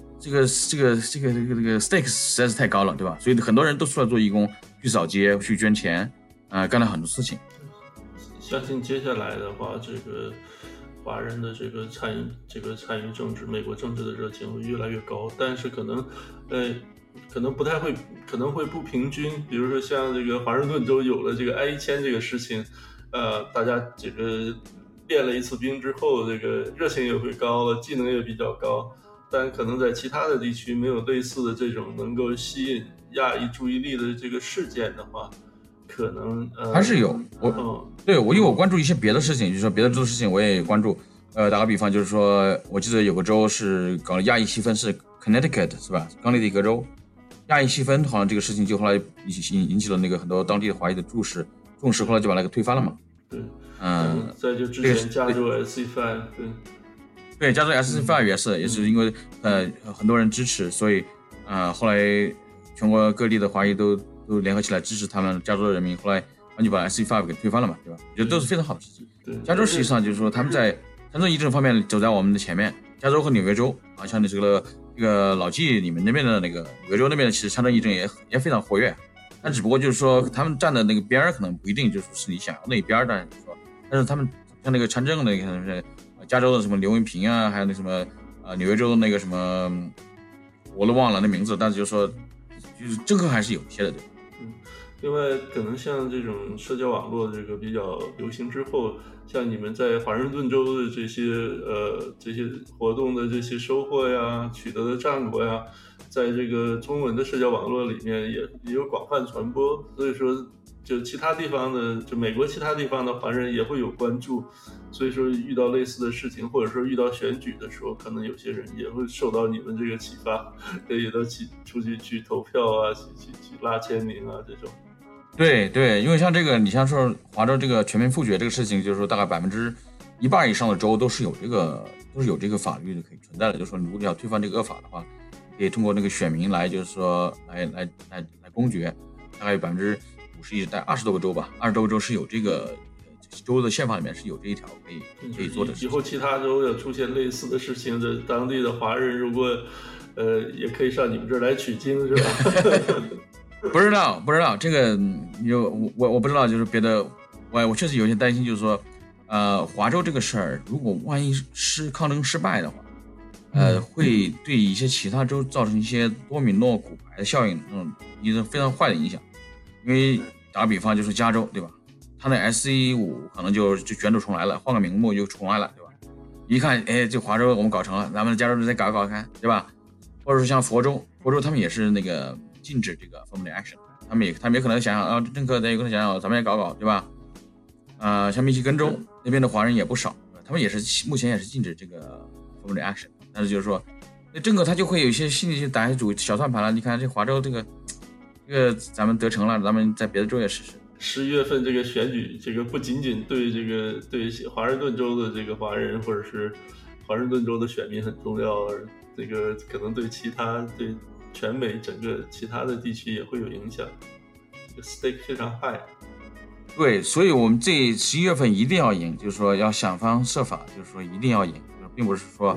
stakes 实在是太高了，对吧？所以很多人都出来做义工，去扫街，去捐钱，干了很多事情。 相信接下来的话，这个华人的这个参与政治，美国政治的热情会越来越高，但是可能不太会，可能会不平均。比如说像这个华盛顿州有了这个I-1000这个事情，大家这个练了一次兵之后，这个热情也会高了，技能也比较高。但可能在其他的地区没有类似的这种能够吸引亚裔注意力的这个事件的话，可能还是有对我因为我关注一些别的事情，就是说别的州的事情我也关注。打个比方，就是说我记得有个州是搞了亚裔细分，是 Connecticut 是吧？冈内蒂格州亚裔细分，好像这个事情就后来引起了那个很多当地的华裔的重视，后来就把那个推翻了嘛。 对，再就之前加州 SC5， 对，加州 SC5 也是因为很多人支持，所以后来全国各地的华裔都联合起来支持他们加州的人民，后来就把 SC5 给推翻了嘛，对吧？我觉得都是非常好的事情。 对， 加州实际上就是说他们在参政议政方面走在我们的前面，加州和纽约州像你这个老纪你们那边的那个纽约州那边的，其实参政议政也非常活跃，但只不过就是说他们站的那个边可能不一定就是你想要那一边，但是他们像那个参政的可能是加州的什么刘文平还有那什么纽约州的那个什么我都忘了那名字，但是就是说就是政客还是有一些的，对吧？ 另外，可能像这种社交网络这个比较流行之后，像你们在华盛顿州的这些活动的这些收获呀、取得的战果呀，在这个中文的社交网络里面也有广泛传播，所以说就其他地方的，就美国其他地方的华人也会有关注，所以说遇到类似的事情，或者说遇到选举的时候，可能有些人也会受到你们这个启发，也都出去投票啊，去拉签名啊这种。 对，因为像这个，你像说华州这个全民复决这个事情，就是说大概1半以上的州都是有这个法律的可以存在的，就是说如果你要推翻这个恶法的话，可以通过那个选民来，就是说来公决，大概有50%在20多个州吧，20多个州是有这个州的宪法里面是有这一条可以做的。 以后其他州要出现类似的事情的，当地的华人如果也可以上你们这儿来取经，是吧？ 不知道这个我不知道，就是别的我确实有些担心，就是说华州这个事儿，如果万一是抗争失败的话，会对一些其他州造成一些多米诺骨牌的效应，一个非常坏的影响。因为打个比方，就是加州，对吧？他那 SC5 可能就卷土重来了，换个名目就重来了，对吧？一看，这华州我们搞成了，咱们加州再搞一搞看，对吧？或者说像佛州他们也是那个禁止这个 affirmative action， 他们也可能想想政客也可能想想咱们也搞，对吧？像密西根州那边的华人也不少，他们也是目前也是禁止这个 affirmative action， 但是就是说，那政客他就会有一些心里打一组小算盘了。你看这华州这个咱们得成了，咱们在别的州也试试。 11月份这个选举，这个不仅仅对华盛顿州的这个华人或者是华盛顿州的选民很重要，而这个可能对全美整个其他的地区也会有影响。这个 stake 非常 high。 对，所以我们这11月份一定要赢，就是说要想方设法，就是说一定要赢，并不是说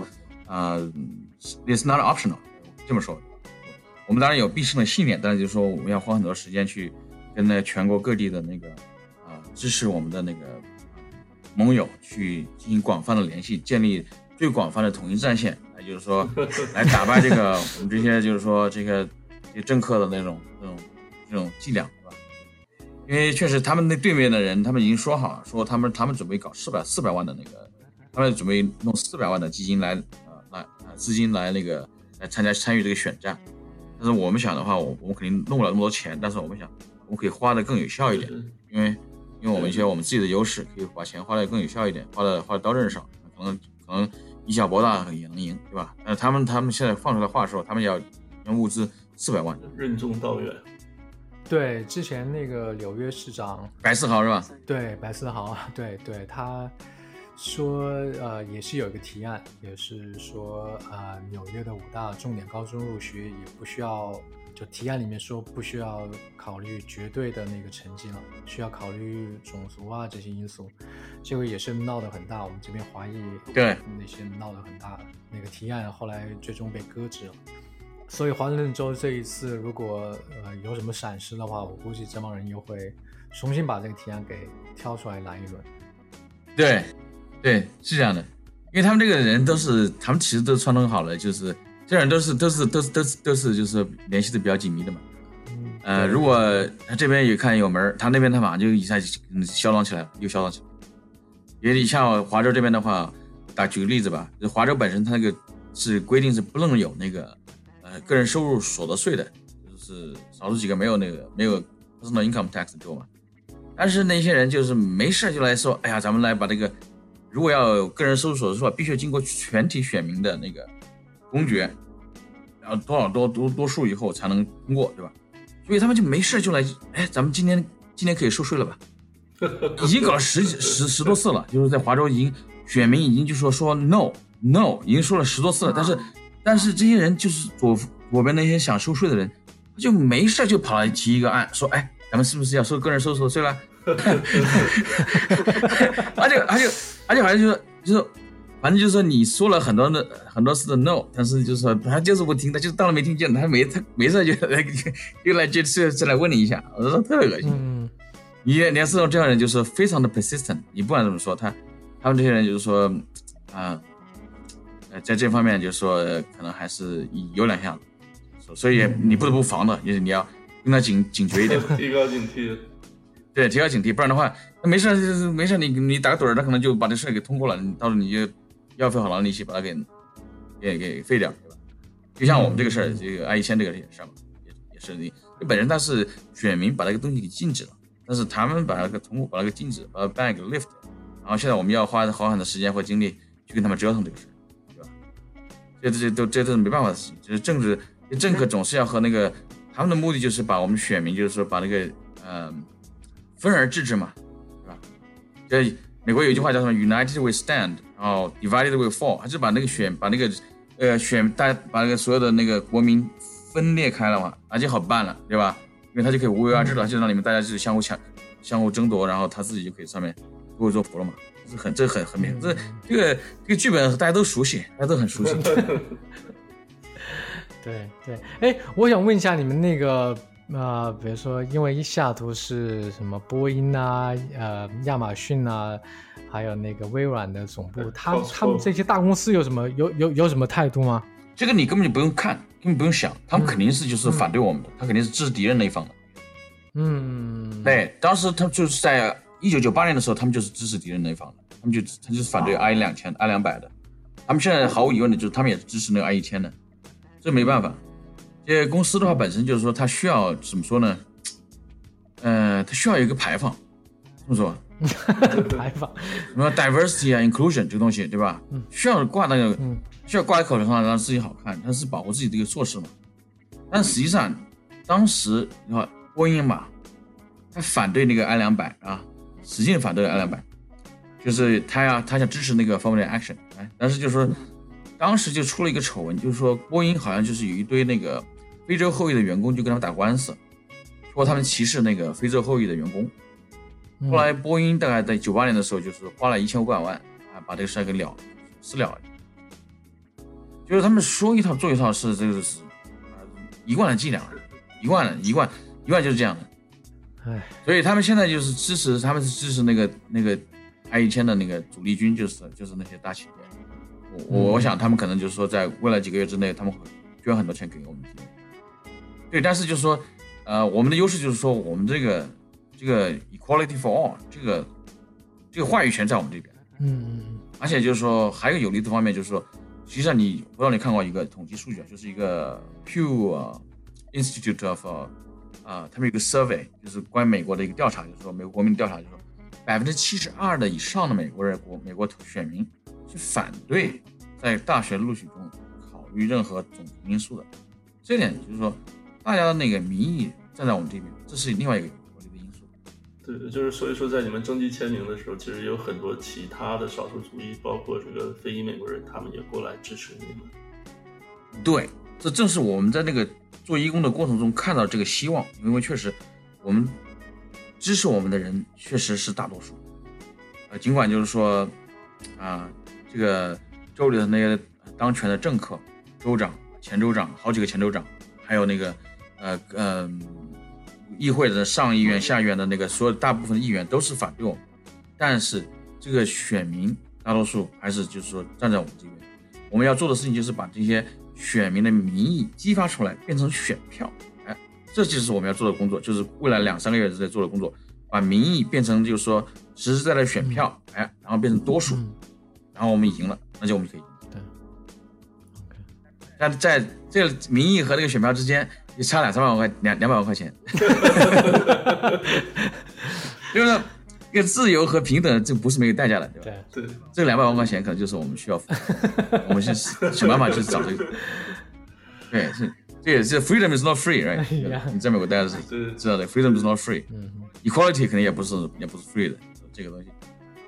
it's not optional 这么说。我们当然有必胜的信念，但是就是说我们要花很多时间去跟那全国各地的那个支持我们的那个盟友去进行广泛的联系，建立最广泛的统一战线，也就是说来打败这个我们这些就是说这个政客的这种伎俩，对吧？因为确实他们那对面的人，他们已经说好了，说他们准备搞400万的那个，他们准备弄400万的基金来资金来那个来参与这个选战。但是我们想的话，我们肯定弄不了那么多钱，但是我们想我们可以花的更有效一点，因为我们一些我们自己的优势，可以把钱花的更有效一点，花在刀刃上，可能以小博大也能赢，对吧？但是他们现在放出来话说，他们要用物资400万， 任重道远。 对，之前那个纽约市长白思豪是吧？ 对，白思豪，对，他说也是有一个提案，也是说纽约的5大重点高中入学也不需要，就提案里面说不需要考虑绝对的那个成绩了，需要考虑种族啊这些因素，结果也是闹得很大，我们这边华裔对那些闹得很大，那个提案后来最终被搁置了。所以华盛顿州这一次如果有什么闪失的话，我估计这帮人又会重新把这个提案给挑出来来一轮。 对，是这样的，因为他们这个人他们其实都串通好了，就是这人都是就是联系的比较紧密的嘛。如果他这边有看有门，他那边他马上就一下嚣张起来了，又嚣张起来了。因为你像华州这边的话，举个例子吧，华州本身它那个是规定是不能有那个个人收入所得税的，就是少数几个没有 personal income tax 多嘛。但是那些人就是没事就来说，哎呀，咱们来把这个，如果要有个人收入所得税，必须经过全体选民的那个公决，然后多少多数以后才能通过，对吧？所以他们就没事就来，哎，咱们今年可以收税了吧？已经搞了十多次了，就是在华州选民已经就说 no， 已经说了10多次了，但是这些人就是左边那些想收税的人，就没事就跑来提一个案，说，哎，咱们是不是要收个人收入税了？而且好像就是反正就是说你说了很多次的 no， 但是就是说他就是不听，他就是当然没听见，他没事就来再来问你一下，我说特别恶心。你连这样人就是非常的 persistent， 你不管怎么说他们这些人就是说在这方面就是说可能还是有两项，所以你不得不防的，也你要跟他警觉一点， 提高警惕。 对，提高警惕，不然的话，没事，你打个盹，他可能就把这事给通过了，到时候你就要费好大力气把它给废掉，对吧？就像我们这个事儿，这个I1000这个也是嘛，也是你本身他是选民把那个东西给禁止了，但是他们把那个通过，把那个禁止，把 ban 给 lift， 然后现在我们要花好很多时间或精力去跟他们折腾这个事，对吧？这都是没办法的事情，就是政客总是要和那个他们的目的就是把我们选民，就是说把那个分而治之嘛，对吧？就美国有一句话叫什么 "United we stand"， 然后 "Divided we fall"， 还是把那个把那个所有的那个国民分裂开了嘛，而且好办了，对吧？因为他就可以无为而治了，就让你们大家就是相互争夺，然后他自己就可以上面作威作福了嘛。这很明显，这个剧本大家都熟悉，大家都很熟悉。 对，哎，我想问一下你们那个比如说，因为西雅图是什么波音啊、亚马逊啊，还有那个微软的总部，他们这些大公司有什么态度吗？ 这个你根本就不用看，根本不用想，他们肯定是就是反对我们的，他肯定是支持敌人那一方的。对，当时他就是在1998年的时候，他们就是支持敌人那一方的，他就是反对 I200 的。他们现在毫无疑问的就是他们也是支持那个 I1000 的，这没办法。这些公司的话本身就是说它需要怎么说呢？它需要有一个排放，这么说？ 排放什么 diversity 啊 inclusion 这个东西，对吧？需要挂那个，需要挂在口头上让自己好看，它是保护自己的一个措施嘛。但实际上，当时你看波音嘛，他反对那个 I200啊，使劲反对 I200，就是他想支持那个 affirmative action， 但是就是说，当时就出了一个丑闻，就是说波音好像就是有一堆那个非洲后裔的员工就跟他们打官司，说他们歧视那个非洲后裔的员工。后来波音大概在98年的时候，就是花了1500万把这个事给私了，就是他们说一套做一套，是这个是一贯的伎俩，一贯就是这样的。所以他们现在就是支持那个I1000的那个主力军，就是那些大企业。我想他们可能就是说，在未来几个月之内，他们会捐很多钱给我们。对，但是就是说，我们的优势就是说，我们这个 equality for all 这个话语权在我们这边。而且就是说，还有有利的方面就是说，实际上你不知道你看过一个统计数据，就是一个 Pew Institute of 他们有个 survey， 就是关于美国的一个调查，就是说美国国民的调查，就是说72%的以上的美国选民是反对在大学录取中考虑任何种族因素的。这点就是说，大家的那个民意站在我们这边，这是另外一个有利的因素。 对，就是所以说，在你们征集签名的时候，其实有很多其他的少数族裔，包括这个非裔美国人，他们也过来支持你们。 对，这正是我们在那个做义工的过程中看到这个希望，因为确实我们支持我们的人确实是大多数。尽管就是说这个州里的那些当权的政客、州长、前州长、好几个前州长，还有那个议会的上议院、下议院的那个所有大部分的议员都是反对我们，但是这个选民大多数还是就是说站在我们这边。我们要做的事情就是把这些选民的民意激发出来，变成选票。这就是我们要做的工作，就是未来2-3个月之内做的工作，把民意变成就是说实实在在的选票，然后变成多数，然后我们赢了，那就我们可以赢。 对。 但在这个民意和这个选票之间，就差200万块钱。就是这个自由和平等，这不是没有代价的，对吧？ 对， 这200万块钱可能就是我们需要付的，我们去想办法去找这个。对，这也是 freedom is not free， right？ 你在美国待的是知道的 ，freedom is not free。equality 肯定也不是 free 的，这个东西，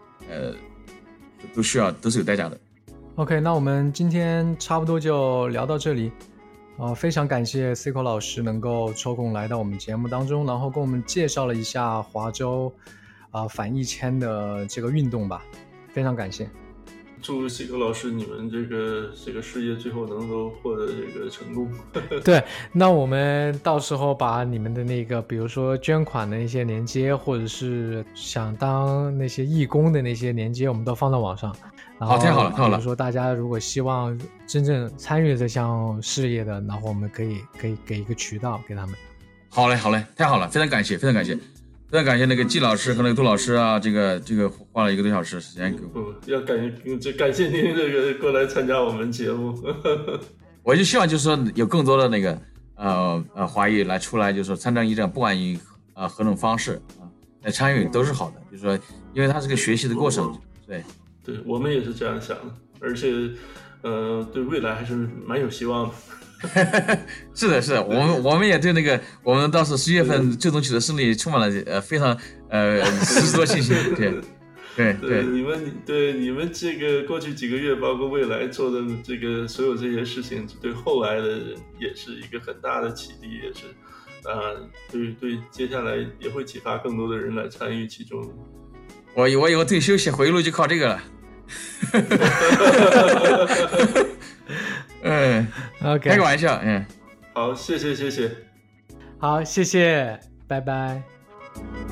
都是有代价的。 OK， 那我们今天差不多就聊到这里。非常感谢 Cico 老师能够抽空来到我们节目当中，然后跟我们介绍了一下华州反役签的这个运动吧，非常感谢。 祝Cico老师你们这个事业最后能够获得这个成功。 对，那我们到时候把你们的那个比如说捐款的那些链接，或者是想当那些义工的那些链接，我们都放到网上。 好，太好了，太好了。 比如说大家如果希望真正参与这项事业的，然后我们可以给一个渠道给他们。 好嘞，太好了，非常感谢那个季老师和那个杜老师啊，这个花了1个多小时时间给我。 要感谢您这个过来参加我们节目。 我就希望就是说有更多的那个华裔来出来，就是说参战役战，不管以何种方式来参与都是好的，就是说因为它是个学习的过程。 对，我们也是这样想的，而且对未来还是蛮有希望的。 是的，我们也对那个我们到时10月份最终取得胜利充满了非常十足的信心。对， 你们这个过去几个月，包括未来做的这个所有这些事情，对后来的人也是一个很大的启迪，也是对接下来也会启发更多的人来参与其中。 我以后退休写回忆录就靠这个了。 OK， 开个玩笑。 好，谢谢。 好，谢谢，拜拜。